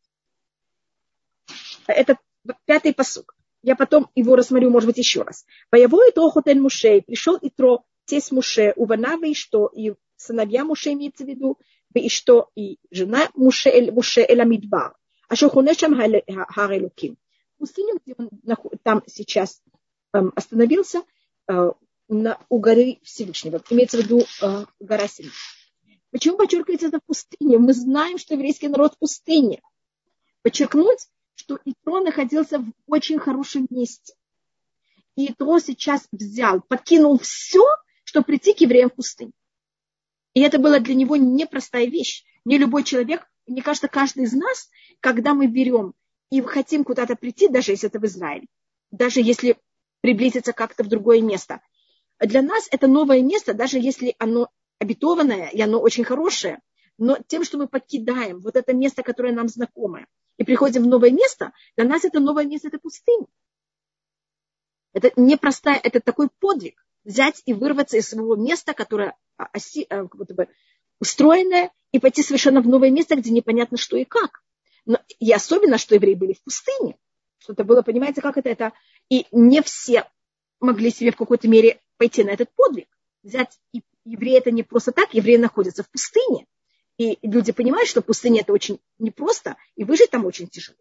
Это пятый пасук. Я потом его рассмотрю, может быть, еще раз. Воево и то хотель Муше, пришел Итро, тесть Муше, уванава и что, и сыновья Муше имеется в виду, и что, и жена Муше, Муше эль Амидбар. А что хунешам харелуким. Пустыню, где он там сейчас эм, остановился, э, на, у горы Всевышнего. Имеется в виду э, гора Синай. Почему подчеркивается это в пустыне? Мы знаем, что еврейский народ в пустыне. Подчеркнуть, что Итро находился в очень хорошем месте. И Итро сейчас взял, покинул все, чтобы прийти к евреям в пустыню. И это была для него непростая вещь. Не любой человек, мне кажется, каждый из нас, когда мы берем и хотим куда-то прийти, даже если это в Израиль, даже если приблизиться как-то в другое место, для нас это новое место, даже если оно обетованное и оно очень хорошее, но тем, что мы покидаем вот это место, которое нам знакомое, и приходим в новое место, для нас это новое место, это пустыня. Это непростая, это такой подвиг, взять и вырваться из своего места, которое оси, как будто бы устроенное, и пойти совершенно в новое место, где непонятно что и как. Но, и особенно, что евреи были в пустыне. Что-то было, понимаете, как это, это. И не все могли себе в какой-то мере пойти на этот подвиг. Взять, и евреи это не просто так, евреи находятся в пустыне. И люди понимают, что пустыня это очень непросто, и выжить там очень тяжело.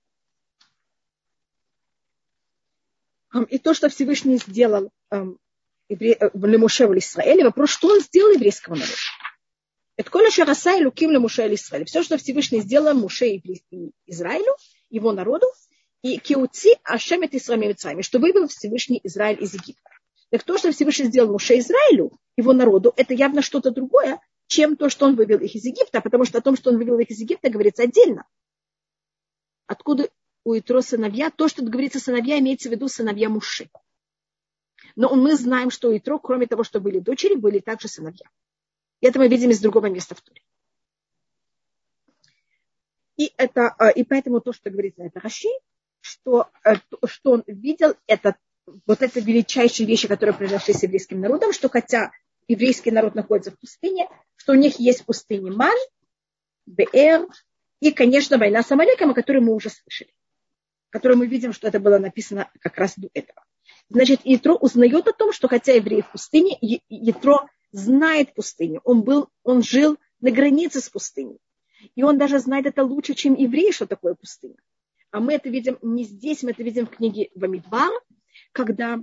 И то, что Всевышний сделал для Муше в Израиле, вопрос, что он сделал еврейскому народу. Это коля шараса и луким для Муше Израиль. Все, что Всевышний сделал Муше и Израилю, его народу, и киуци ашемет Исраиль Мицраим, что вывел Всевышний Израиль из Египта. Так то, что Всевышний сделал Муше Израилю, его народу, это явно что-то другое, чем то, что он вывел их из Египта, потому что о том, что он вывел их из Египта, говорится отдельно. Откуда у Итро сыновья? То, что говорится сыновья, имеется в виду сыновья Муше. Но мы знаем, что у Итро, кроме того, что были дочери, были также сыновья. И это мы видим из другого места в Торе. И, это, и поэтому то, что говорится на это Раши, что, что он видел, это вот это величайшие вещи, которые произошли с еврейским народом, что хотя еврейский народ находится в пустыне, что у них есть в пустыне Ман, Беэр и, конечно, война с Амалеком, о которой мы уже слышали, которую мы видим, что это было написано как раз до этого. Значит, Итро узнает о том, что хотя евреи в пустыне, Итро знает пустыню. Он, был, он жил на границе с пустыней. И он даже знает это лучше, чем евреи, что такое пустыня. А мы это видим не здесь, мы это видим в книге Бамидбар, когда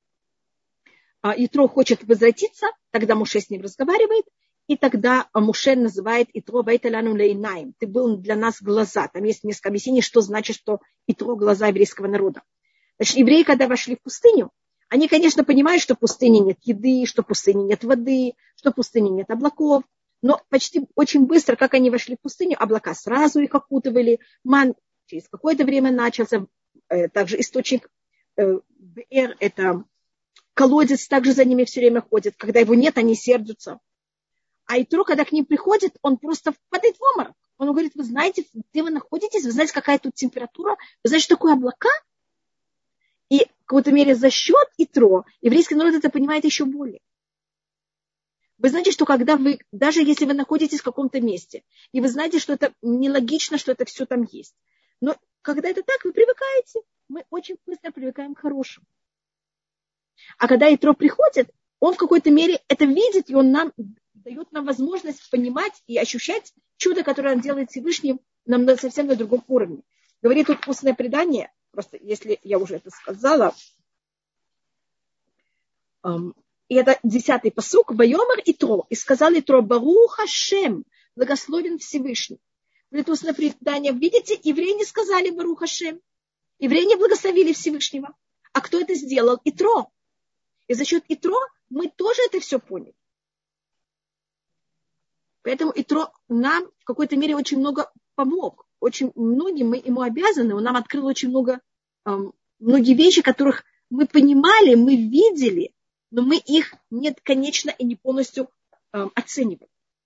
Итро хочет возвратиться, тогда Муше с ним разговаривает, и тогда Муше называет Итро «Вайталяну лейнаим». Ты был для нас глаза. Там есть несколько объяснений, что значит, что Итро – глаза еврейского народа. Значит, евреи, когда вошли в пустыню, Они, конечно, понимают, что в пустыне нет еды, что в пустыне нет воды, что в пустыне нет облаков. Но почти очень быстро, как они вошли в пустыню, облака сразу их окутывали. Ман через какое-то время начался. Также источник Беэр, это колодец, также за ними все время ходит. Когда его нет, они сердятся. А Итро, когда к ним приходит, он просто впадает в обморок. Он говорит, вы знаете, где вы находитесь, вы знаете, какая тут температура, вы знаете, что такое облака? И в какой-то мере за счет Итро еврейский народ это понимает еще более. Вы знаете, что когда вы, даже если вы находитесь в каком-то месте, и вы знаете, что это нелогично, что это все там есть, но когда это так, вы привыкаете. Мы очень быстро привыкаем к хорошему. А когда Итро приходит, он в какой-то мере это видит, и он нам дает нам возможность понимать и ощущать чудо, которое он делает Всевышним, нам на совсем на другом уровне. Говорит тут устное предание, просто если я уже это сказала, эм, и это десятый пасук, «Вайомер Итро», и сказал Итро, «Барух Хашем», благословен Всевышний. Говорит устное предание, видите, евреи не сказали «Барух Хашем», евреи не благословили Всевышнего. А кто это сделал? Итро. И за счет Итро мы тоже это все поняли. Поэтому Итро нам в какой-то мере очень много помог. Очень многим мы ему обязаны. Он нам открыл очень много, эм, многие вещи, которых мы понимали, мы видели, но мы их не конечно и не полностью эм, оценивали.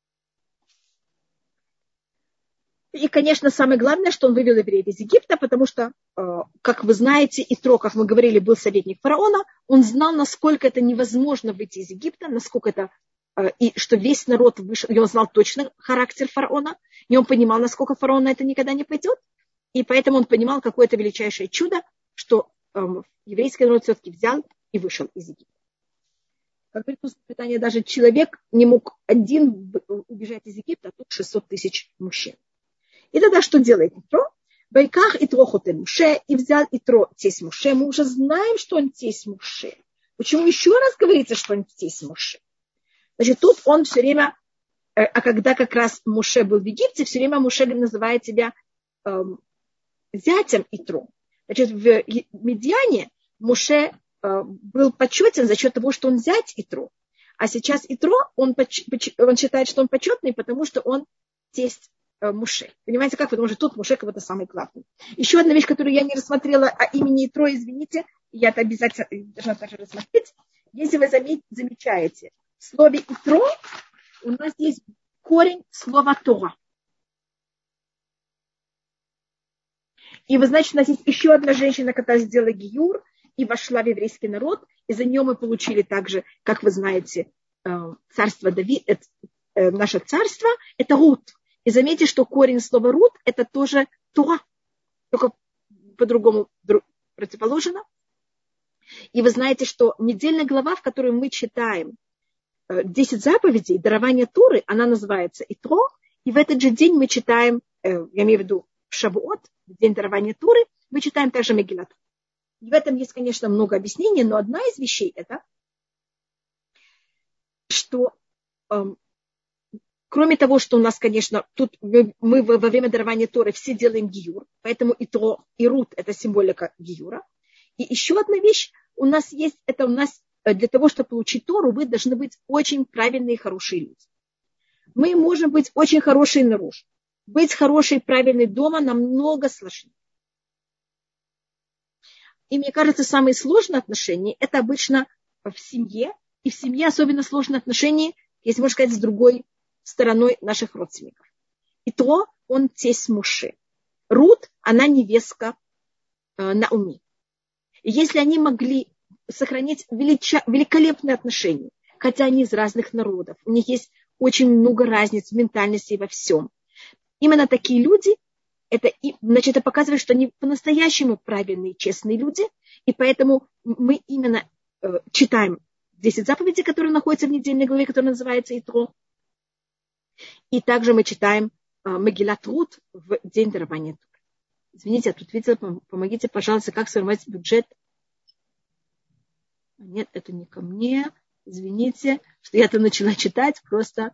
И, конечно, самое главное, что он вывел евреев из Египта, потому что, э, как вы знаете, Итро, как мы говорили, был советник фараона. Он знал, насколько это невозможно выйти из Египта, насколько это и что весь народ вышел, и он знал точно характер фараона, и он понимал, насколько фараон на это никогда не пойдет, и поэтому он понимал какое-то величайшее чудо, что эм, еврейский народ все-таки взял и вышел из Египта. Как говорит Писание, даже человек не мог один убежать из Египта, а тут шестьсот тысяч мужчин. И тогда что делает Итро? Байках Итро хотен Муше, и взял Итро тесть Муше. Мы уже знаем, что он тесть Муше. Почему еще раз говорится, что он тесть Муше? Значит, тут он все время, а когда как раз Муше был в Египте, все время Муше называет себя э, зятем Итро. Значит, в Медиане Муше э, был почетен за счет того, что он зять Итро. А сейчас Итро, он, поч, он считает, что он почетный, потому что он тесть э, Муше. Понимаете как? Потому что тут Муше как будто самый главный. Еще одна вещь, которую я не рассмотрела, о имени Итро, извините, я это обязательно должна также рассмотреть. Если вы замечаете, в слове «итро» у нас есть корень слова «тора». И вы знаете, у нас есть еще одна женщина, которая сделала гиюр и вошла в еврейский народ. И за нее мы получили также, как вы знаете, царство Давид, наше царство, это Рут. И заметьте, что корень слова «рут» это тоже «тора», только по-другому противоположно. И вы знаете, что недельная глава, в которой мы читаем десять заповедей, дарование Торы, она называется Итро, и в этот же день мы читаем, я имею в виду в Шавуот, в день дарования Торы, мы читаем также Мегилат. И в этом есть, конечно, много объяснений, но одна из вещей это, что эм, кроме того, что у нас, конечно, тут мы, мы во время дарования Торы все делаем гиюр, поэтому Итро и Рут это символика гиюра. И еще одна вещь у нас есть, это у нас для того, чтобы получить Тору, вы должны быть очень правильные и хорошие люди. Мы можем быть очень хорошие наружу. Быть хорошей, правильной дома намного сложнее. И мне кажется, самые сложные отношения, это обычно в семье. И в семье особенно сложные отношения, если можно сказать, с другой стороной наших родственников. И то он тесть Муше. Рут, она невестка э, Наоми. И если они могли сохранить велича, великолепные отношения, хотя они из разных народов, у них есть очень много разниц в ментальности и во всем. Именно такие люди, это, значит, это показывает, что они по-настоящему правильные, честные люди, и поэтому мы именно э, читаем десять заповедей, которые находятся в недельной главе, которая называется Итро, и также мы читаем э, Мегилат Рут в день дарования Торы. Извините, я тут видела, помогите, пожалуйста, как сформировать бюджет. Нет, это не ко мне. Извините, что я там начала читать. Просто...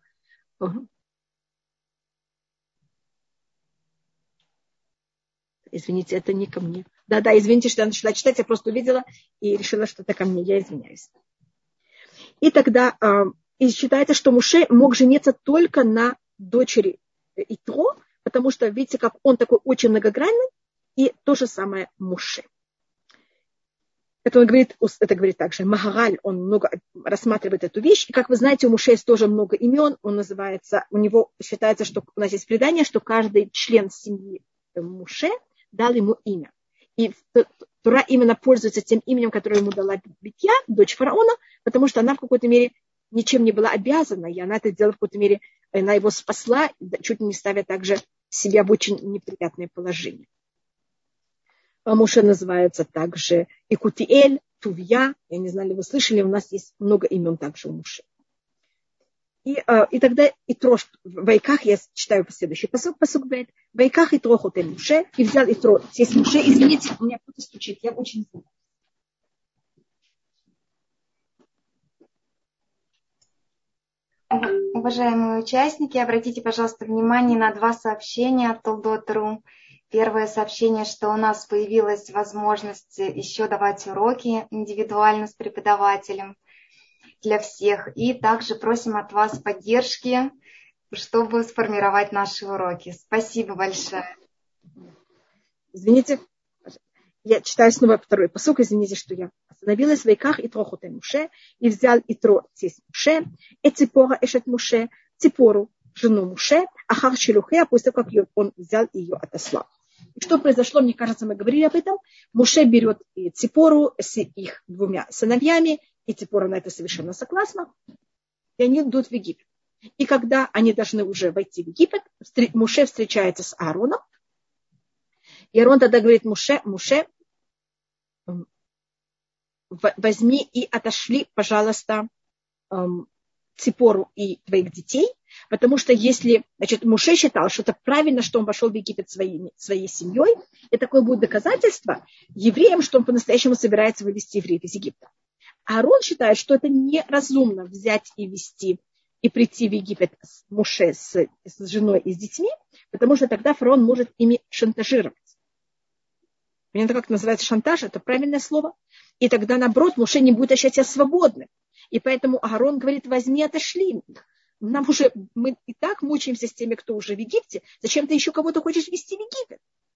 Извините, это не ко мне. Да-да, извините, что я начала читать, я просто увидела и решила, что это ко мне, я извиняюсь. И тогда э, и считается, что Муше мог жениться только на дочери Итро, потому что, видите, как он такой очень многогранный, и то же самое Муше. Это он говорит, это говорит также Магараль, он много рассматривает эту вещь. И как вы знаете, у Муше есть тоже много имен. Он называется, у него считается, что у нас есть предание, что каждый член семьи Муше дал ему имя. И Тора именно пользуется тем именем, которое ему дала Битья, дочь фараона, потому что она в какой-то мере ничем не была обязана, и она это сделала в какой-то мере, она его спасла, чуть не ставя также себя в очень неприятное положение. Муше называется также Икутиэль, Тувья. Я не знаю, ли вы слышали, у нас есть много имен также у Муше. И, и тогда Итро, в Вайках, я читаю следующий посук, посук бет. В Вайках Итро хотел Муше, и взял Итро, тесть Муше. Извините, у меня кто-то стучит, я очень извиняюсь. Уважаемые участники, обратите, пожалуйста, внимание на два сообщения от Толдот точка ру. Первое сообщение, что у нас появилась возможность еще давать уроки индивидуально с преподавателем для всех. И также просим от вас поддержки, чтобы сформировать наши уроки. Спасибо большое. Извините, я читаю снова второй пасук, извините, что я остановилась. В Вайках Итро хотел Муше, и взял Итро тесть Муше, и Ципора эшет Муше, Ципору, жену Муше, ахар шелухея, после того, как он взял ее отослал. И что произошло, мне кажется, мы говорили об этом. Муше берет и Ципору с их двумя сыновьями, и Ципора на это совершенно согласна, и они идут в Египет. И когда они должны уже войти в Египет, Муше встречается с Аароном, и Аарон тогда говорит Муше, Муше, возьми и отошли, пожалуйста, Ципору и твоих детей, потому что если, значит, Муше считал, что это правильно, что он вошел в Египет своей, своей семьей, и такое будет доказательство евреям, что он по-настоящему собирается вывести евреев из Египта. А Аарон считает, что это неразумно взять и вести, и прийти в Египет с Муше, с, с женой и с детьми, потому что тогда фараон может ими шантажировать. Понятно, как называется шантаж, это правильное слово. И тогда, наоборот, Муше не будет ощущать себя свободным. И поэтому Аарон говорит, возьми, отошли. Нам уже, мы и так мучаемся с теми, кто уже в Египте. Зачем ты еще кого-то хочешь вести в Египет?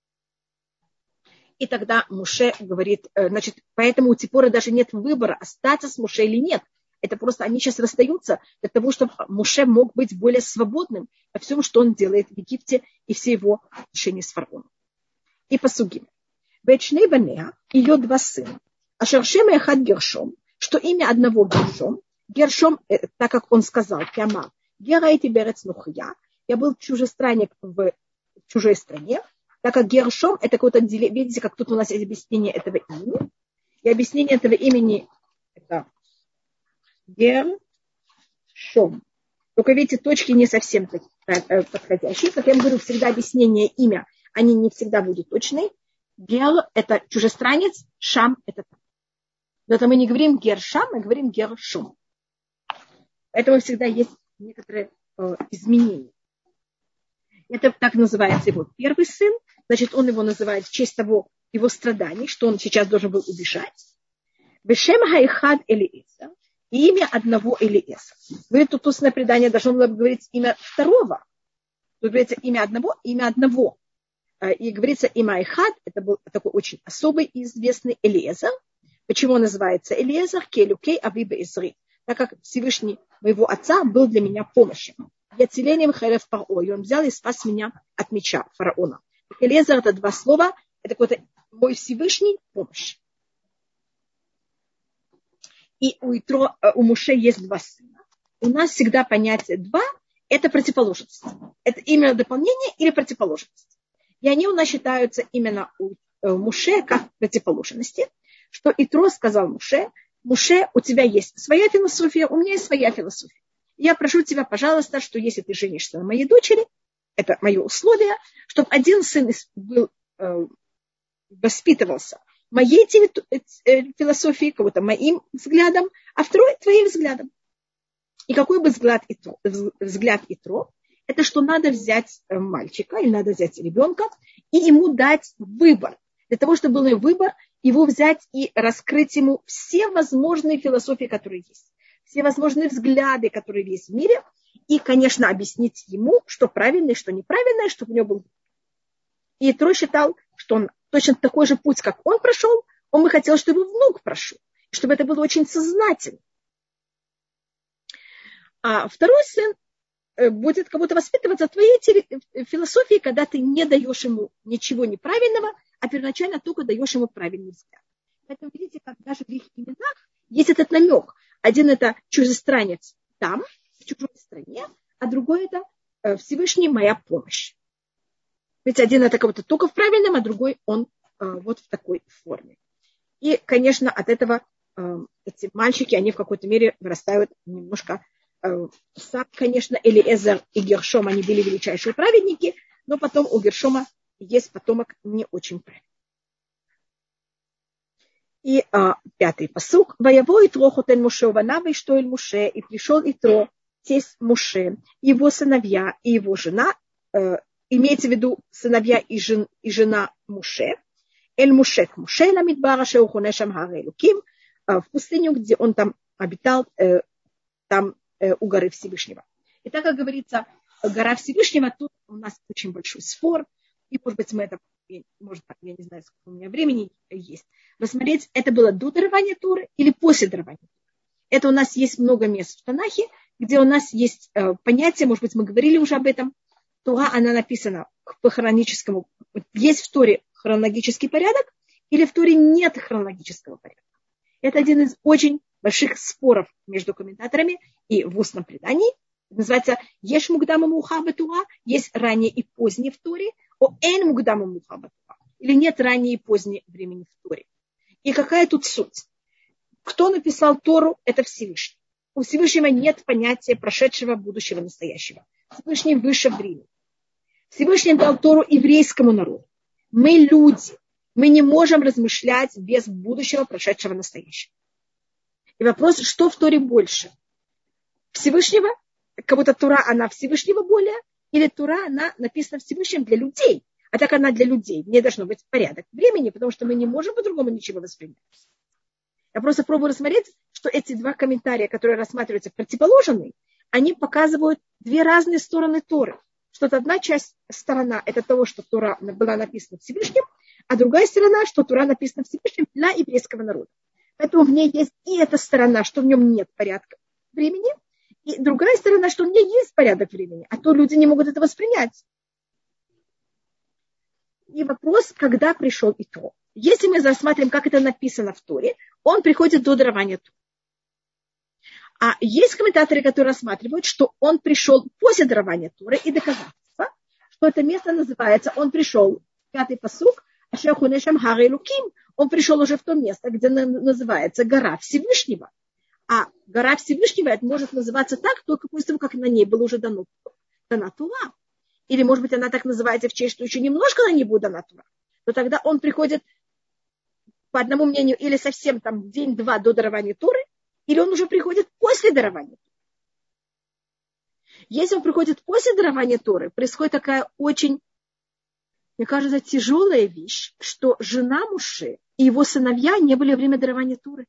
И тогда Муше говорит, значит, поэтому у Ципоры даже нет выбора, остаться с Муше или нет. Это просто они сейчас расстаются для того, чтобы Муше мог быть более свободным во всем, что он делает в Египте и все его отношения с фараоном. И посугим. Вечней Банеа, ее два сына. А Шершем и Ахад Гершом, что имя одного Гершом, Гершом, так как он сказал, Киамар, Герайти Берец Нухия, я был чужестранник в чужой стране, так как Гершом, это какое-то, видите, как тут у нас есть объяснение этого имени, и объяснение этого имени, это Гершом. Только видите, точки не совсем подходящие, как я вам говорю, всегда объяснение имя, они не всегда будут точные. Гер – это чужестранец, Шам – это там. Но это мы не говорим Гершам, мы говорим Гершом. Поэтому всегда есть некоторые э, изменения. Это так называется его первый сын. Значит, он его называет в честь того его страданий, что он сейчас должен был убежать. Бешем Хайхад Элиэзер. Имя одного Элиэзера. Говорит, тут устное предание должно было говорить имя второго. Тут говорится имя одного, имя одного. И говорится имя Айхад, это был такой очень особый и известный Элиэзер. Почему он называется Элиэзер? Келюкей Авиба Изри. Так как Всевышний моего отца был для меня помощью. Я целением Херев Паро, и он взял и спас меня от меча фараона. Элиэзер — это два слова, это какой-то мой Всевышний помощь. И у, Итро, у Муше есть два сына. У нас всегда понятие два – это противоположность. Это именно дополнение или противоположность. И они у нас считаются именно у Муше как противоположности, что Итро сказал Муше, Муше, у тебя есть своя философия, у меня есть своя философия. Я прошу тебя, пожалуйста, что если ты женишься на моей дочери, это мое условие, чтобы один сын был, э, воспитывался моей философией, кого-то моим взглядом, а второй твоим взглядом. И какой бы взгляд Итро, взгляд Итро, это что надо взять мальчика или надо взять ребенка и ему дать выбор. для того, чтобы был выбор, его взять и раскрыть ему все возможные философии, которые есть, все возможные взгляды, которые есть в мире, и, конечно, объяснить ему, что правильное, что неправильное, чтобы у него был. И Итро считал, что он точно такой же путь, как он прошел, он бы хотел, чтобы его внук прошел, чтобы это было очень сознательно. А второй сын будет как будто воспитываться в твоей философии, когда ты не даешь ему ничего неправильного, а первоначально только даешь ему правильный взгляд. Поэтому видите, как даже в их именах есть этот намек. Один это чужестранец там, в чужой стране, а другой это Всевышний моя помощь. Ведь один это как будто только в правильном, а другой он вот в такой форме. И, конечно, от этого эти мальчики, они в какой-то мере вырастают немножко. Сам, конечно, Элиэзер и Гершом, они были величайшие праведники, но потом у Гершома есть потомок не очень праведный. И а, пятый пасук. «Воево Итро хотен Муше ванавы, что эль Муше, и пришел Итро, тесть Муше, его сыновья и его жена, э, имеется в виду сыновья и, жен, и жена Муше, эль Муше к Муше ламидбара шеухунешам харе луким, в пустыню, где он там обитал, э, там у горы Всевышнего. И так как говорится, гора Всевышнего, тут у нас очень большой спор, и, может быть, мы это, может, я не знаю, сколько у меня времени есть, рассмотреть, это было до дарования Торы или после дарования Торы. Это у нас есть много мест в Танахе, где у нас есть э, понятие, может быть, мы говорили уже об этом, Тора, она написана по хроническому, есть в Торе хронологический порядок, или в Торе нет хронологического порядка. Это один из очень больших споров между комментаторами и в устном предании. Называется «Еш мугдама мухаба тура», есть раннее и позднее в Торе, о эн мугдама мухаба тура, или нет раннее и позднее времени в Торе. И какая тут суть? Кто написал Тору? Это Всевышний. У Всевышнего нет понятия прошедшего, будущего, настоящего. Всевышний выше времени. Всевышний дал Тору еврейскому народу. Мы люди. Мы не можем размышлять без будущего, прошедшего, настоящего. И вопрос, что в Торе больше? Всевышнего? Как будто Тора, она Всевышнего более? Или Тора, она написана Всевышним для людей? А так она для людей. Не должно быть порядок времени, потому что мы не можем по-другому ничего воспринять. Я просто пробую рассмотреть, что эти два комментария, которые рассматриваются противоположные, они показывают две разные стороны Торы. Что одна часть, сторона, это того, что Тора была написана Всевышним, а другая сторона, что Тора написана Всевышним для еврейского народа. Поэтому в ней есть и эта сторона, что в нем нет порядка времени, и другая сторона, что в ней есть порядок времени, а то люди не могут это воспринять. И вопрос, когда пришел Итро. Если мы рассматриваем, как это написано в Торе, он приходит до дарования Торы. А есть комментаторы, которые рассматривают, что он пришел после дарования Торы, и доказательство, что это место называется, он пришел, пятый пасук, ашехунешам харе луким, он пришел уже в то место, где называется гора Всевышнего. А гора Всевышнего это может называться так, только после того, как на ней было уже дано, дана Тура. Или, может быть, она так называется в честь, что еще немножко на ней будет дана Тура. Но тогда он приходит, по одному мнению, или совсем там день-два до дарования Торы, или он уже приходит после дарования Торы. Если он приходит после дарования Торы, происходит такая очень, мне кажется, тяжелая вещь, что жена Муше и его сыновья не были во время дарования Торы.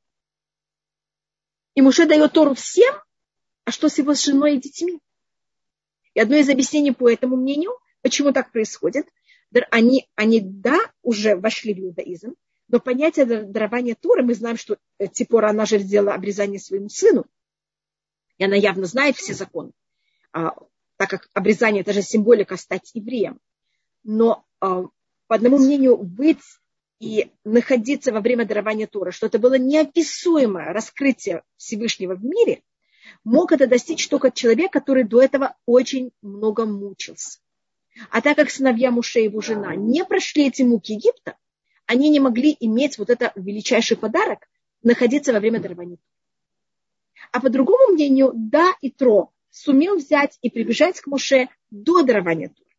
И Муше дает Тору всем, а что с его женой и детьми? И одно из объяснений по этому мнению, почему так происходит, они, они да, уже вошли в иудаизм, но понятие дарования Торы, мы знаем, что Ципора, она же сделала обрезание своему сыну, и она явно знает все законы, а, так как обрезание – это же символика стать евреем. Но а, по одному мнению, быть и находиться во время дарования Торы, что это было неописуемое раскрытие Всевышнего в мире, мог это достичь только человек, который до этого очень много мучился. А так как сыновья Муше и его жена не прошли эти муки Египта, они не могли иметь вот этот величайший подарок, находиться во время дарования. А по другому мнению, да, Итро сумел взять и прибежать к Муше до дарования Торы.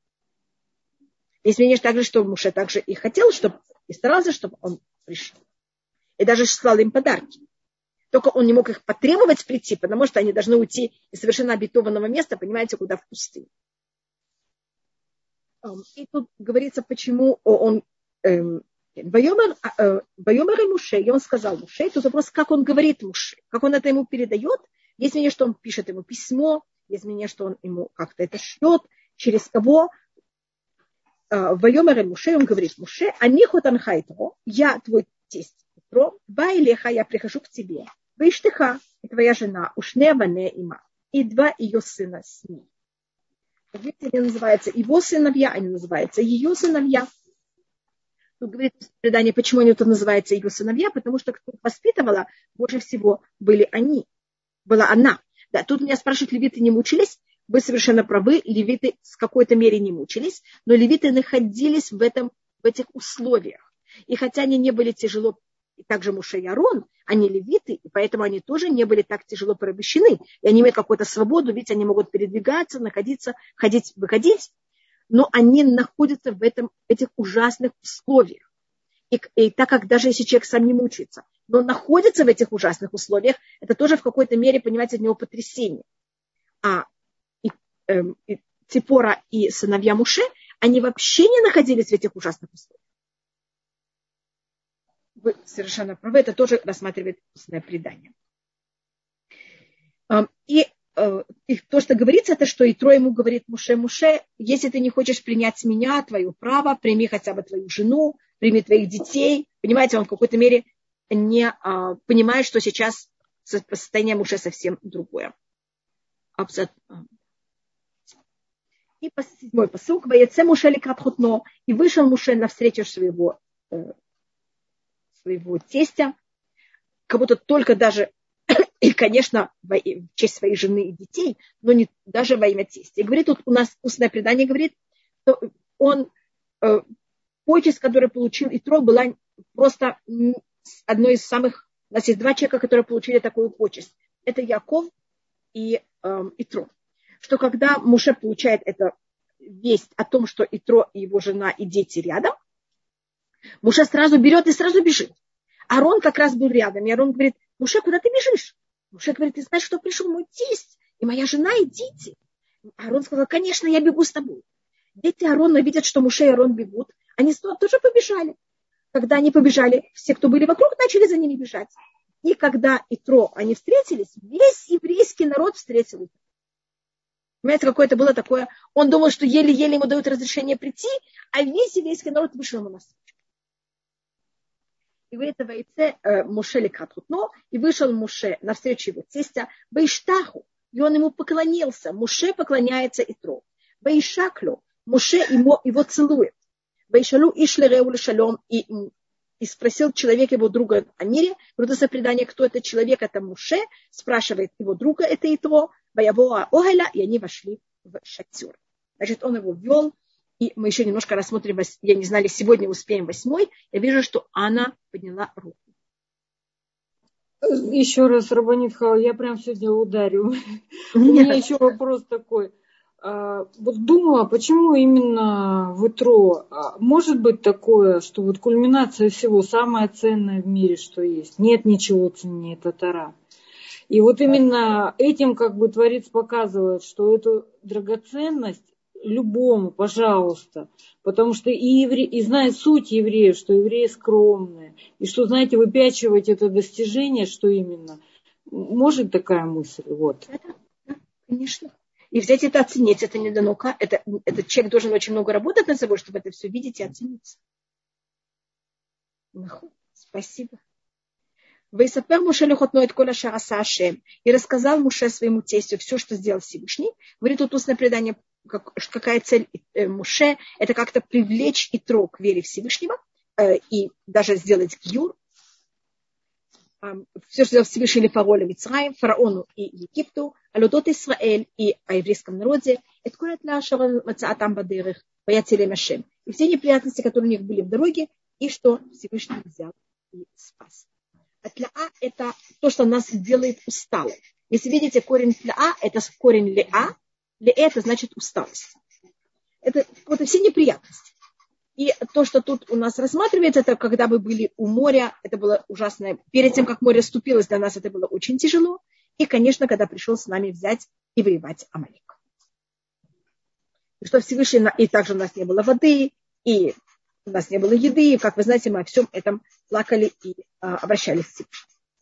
Есть мнение также, что Муше также и хотел, чтобы, и старался, чтобы он пришел. И даже слал им подарки. Только он не мог их потребовать прийти, потому что они должны уйти из совершенно обетованного места, понимаете, куда в пустыню. И тут говорится, почему он, Вайомер и Муше, и он сказал Муше, тут вопрос, как он говорит Муше, как он это ему передает. Есть мнение, что он пишет ему письмо, есть мнение, что он ему как-то это шлет, через кого. Вайомер и Муше, он говорит Муше, аниху танхайтро, я твой тесть Итро, байлеха, я прихожу к тебе, вейштыха, и твоя жена, ушне ване има, и два ее сына с ней. Видите, они называются его сыновья, они называются ее сыновья. Тут говорит предание, почему они тут называются ее сыновья, потому что кто их воспитывала, больше всего были они, была она. Да, тут меня спрашивают, левиты не мучились? Вы совершенно правы, левиты в какой-то мере не мучились, но левиты находились в, этом, в этих условиях. И хотя они не были тяжело, и также Муше и Арон, они левиты, и поэтому они тоже не были так тяжело порабощены. И они имеют какую-то свободу, ведь они могут передвигаться, находиться, ходить, выходить, но они находятся в этом, этих ужасных условиях. И, и так как даже если человек сам не мучается, но находится в этих ужасных условиях, это тоже в какой-то мере, понимаете, от него потрясение. А и, э, и Ципора и сыновья Муше, они вообще не находились в этих ужасных условиях. Вы совершенно правы, это тоже рассматривает устное предание. И, и то, что говорится, это что Итро ему говорит Муше, Муше, если ты не хочешь принять меня, твое право, прими хотя бы твою жену, прими твоих детей. Понимаете, он в какой-то мере не а, понимает, что сейчас состояние Муше совсем другое. И седьмой пасук, «Ваяце Муше лекрат хотно», и вышел Муше навстречу своего своего тестя, как будто только даже, и, конечно, в честь своей жены и детей, но не даже во имя тестя. И говорит, тут у нас устное предание говорит, что он, э, почесть, которую получил Итро, была просто одной из самых, у нас есть два человека, которые получили такую почесть. Это Яков и э, Итро. Что когда Муше получает эту весть о том, что Итро и его жена и дети рядом, Муше сразу берет и сразу бежит. Арон как раз был рядом. И Арон говорит, Муше, куда ты бежишь? Муше говорит, ты знаешь, что пришел мой тесть, и моя жена, и дети. Арон сказал, конечно, я бегу с тобой. Дети Арона видят, что Муше и Арон бегут. Они тоже побежали. Когда они побежали, все, кто были вокруг, начали за ними бежать. И когда Итро, они встретились, весь еврейский народ встретил их. Понимаете, какое-то было такое. Он думал, что еле-еле ему дают разрешение прийти, а весь еврейский народ вышел ему навстречу. И говорит, войце Муше лекрат хотно, и вышел Муше навстречу его тестя, Вейштаху, и он ему поклонился. Муше поклоняется Итро. Вейшаклю, Муше ему, его целует. Вейшалу ишлереу лешалом, и, и спросил человек его друга о мире. Грудоса предание, кто это человек, это Муше, спрашивает его друга, это Итро, Ваявоа Огеля, и они вошли в шатер. Значит, он его ввел. И мы еще немножко рассмотрим, я не знали, сегодня успеем восьмой. Я вижу, что Анна подняла руку. Еще раз, Рабанит Хава, я прям сегодня ударю. У меня еще вопрос такой. Вот думала, почему именно в Итро? Может быть такое, что вот кульминация всего, самое ценное в мире, что есть. Нет ничего ценнее, это Тора. И вот именно этим как бы Творец показывает, что эту драгоценность любому, пожалуйста, потому что и, евре... и знает суть евреев, что евреи скромные, и что, знаете, выпячивать это достижение, что именно, может такая мысль, вот. Это, да, конечно. И взять это, оценить, это не дано, это, этот человек должен очень много работать над собой, чтобы это все видеть и оценить. Спасибо. Вейсапер Муше лехотно эт коля шараса Ашем. И рассказал Муше своему тестю все, что сделал Всевышний. Говорит тут устное предание, как, какая цель Муше, это как-то привлечь Итро к вере Всевышнего э, и даже сделать гиюр. Э, все, что сделал Всевышний Фараону Мицраим, фараону и Египту, алодот Исраэль и о еврейском народе, эт коля тла шарон мацаатам бадерих, ваяцелем Ашем. И все неприятности, которые у них были в дороге, и что Всевышний взял и спас. А тляа – это то, что нас делает усталым. Если видите, корень тляа – это корень леа. Леа – это значит усталость. Это вот все неприятности. И то, что тут у нас рассматривается, это когда мы были у моря, это было ужасное. Перед тем, как море ступилось, для нас это было очень тяжело. И, конечно, когда пришел с нами взять и воевать Амалек. И что Всевышний, и также у нас не было воды, и у нас не было еды, и, как вы знаете, мы о всем этом плакали и а, обращались к себе.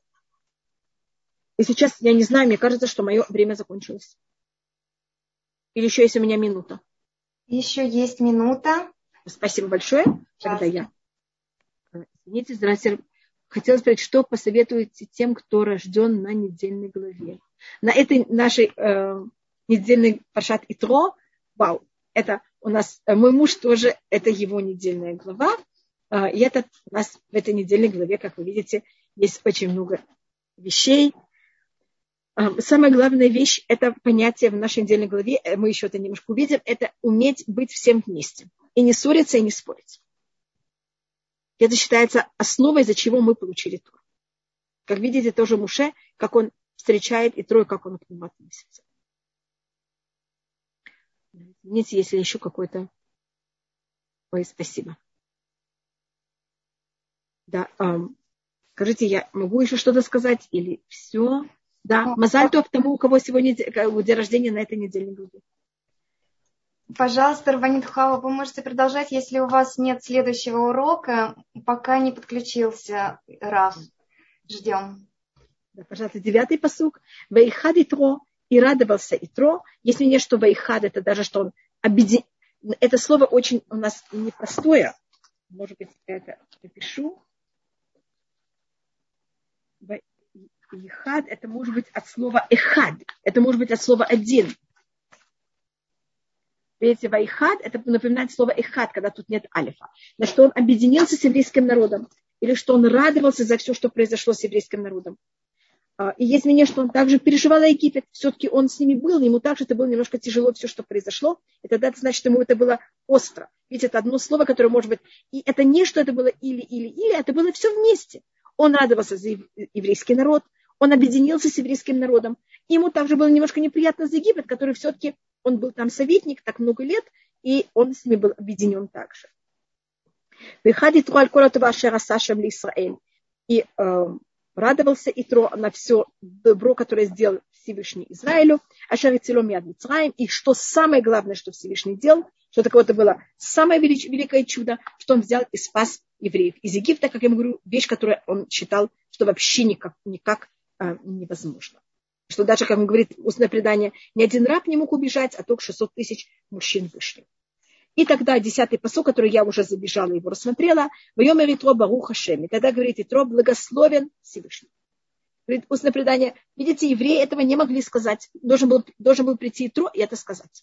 И сейчас, я не знаю, мне кажется, что мое время закончилось. Или еще есть у меня минута? Еще есть минута. Спасибо большое. Тогда я. Извините, здравствуйте. Хотела спросить, что посоветуете тем, кто рожден на недельной главе? На этой нашей э, недельной Паршат Итро, вау, это у нас, э, мой муж тоже, это его недельная глава. Э, и это у нас в этой недельной главе, как вы видите, есть очень много вещей. Э, самая главная вещь, это понятие в нашей недельной главе, э, мы еще это немножко увидим, это уметь быть всем вместе. И не ссориться, и не спорить. Это считается основой, из-за чего мы получили Тору. Как видите, тоже Муше, как он встречает и Тору, как он к нему относится. Извините, если еще какой-то... Ой, спасибо. Да, эм, скажите, я могу еще что-то сказать? Или все? Да, мазаль тов тому, у кого сегодня день рождения на этой недельной главе. Пожалуйста, Рабанит Хава, вы можете продолжать, если у вас нет следующего урока, пока не подключился Рав. Ждем. Да, пожалуйста, девятый пасук. Ваихад Итро, и радовался Итро. Если не что Ваихад, это даже что он объединил. Это слово очень у нас непростое. Может быть, я это напишу. Ваихад, это может быть от слова эхад. Это может быть от слова один. Видите, вайхад, это напоминает слово эхад, когда тут нет алифа. На что он объединился с еврейским народом. Или что он радовался за все, что произошло с еврейским народом. И есть мнение, что он также переживал Египет. Все-таки он с ними был, ему также это было немножко тяжело, все, что произошло. И тогда это значит, что ему это было остро. Ведь это одно слово, которое может быть... И это не, что это было или, или, или, это было все вместе. Он радовался за еврейский народ, он объединился с еврейским народом. И ему также было немножко неприятно за Египет, который все-таки... Он был там советник так много лет, и он с ними был объединен также. И э, радовался Итро на все добро, которое сделал Всевышний Израилю, и что самое главное, что Всевышний делал, что такое-то было самое великое чудо, что он взял и спас евреев из Египта, как я ему говорю, вещь, которую он считал, что вообще никак, никак э, невозможно. Что даже, как он говорит, устное предание, ни один раб не мог убежать, а только шестьсот тысяч мужчин вышли. И тогда десятый пасук, который я уже забежала и его рассмотрела, «Вайомер Итро барух Хашем». И тогда говорит Итро, благословен Всевышний. Говорит, устное предание, видите, евреи этого не могли сказать. Должен был, должен был прийти Итро и это сказать.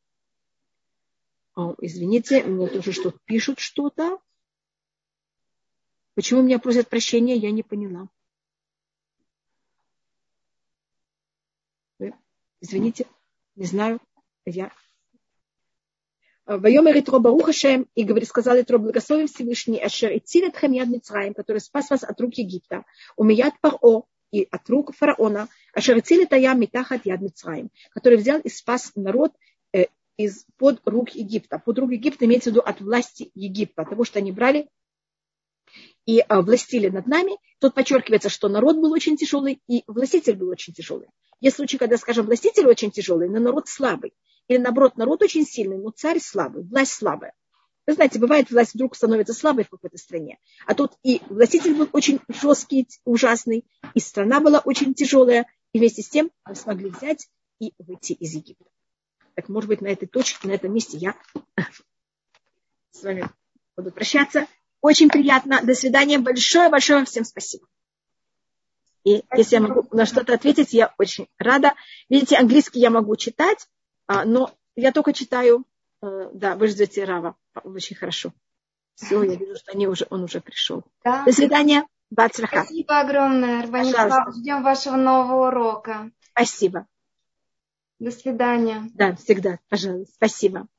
О, извините, мне тоже что-то пишут что-то. Почему меня просят прощения, я не поняла. Извините, не знаю, я. Вайомер Итро барух Хашем, и говорит, сказал Итро, благословен Всевышний, ашер ициль этхем яд Мицраим, который спас вас от рук Египта, умияд Паро, и от рук фараона, ашер ициль этаям митахат яд Мицраим, который взял и спас народ э, из-под рук Египта. Под рук Египта имеется в виду от власти Египта, потому что они брали и э, властили над нами. Тут подчеркивается, что народ был очень тяжелый, и властитель был очень тяжелый. Есть случаи, когда, скажем, властитель очень тяжелый, но народ слабый. Или, наоборот, народ очень сильный, но царь слабый, власть слабая. Вы знаете, бывает, власть вдруг становится слабой в какой-то стране. А тут и властитель был очень жесткий, ужасный, и страна была очень тяжелая. И вместе с тем мы смогли взять и выйти из Египта. Так, может быть, на этой точке, на этом месте я с вами буду прощаться. Очень приятно. До свидания. Большое-большое вам всем спасибо. И спасибо. Если я могу на что-то ответить, я очень рада. Видите, английский я могу читать, но я только читаю. Да, вы ждете Рава. Очень хорошо. Все, я вижу, что они уже, он уже пришел. Да. До свидания. Бацлаха. Спасибо огромное, Рабанитха. Ждем вашего нового урока. Спасибо. До свидания. Да, всегда. Пожалуйста. Спасибо.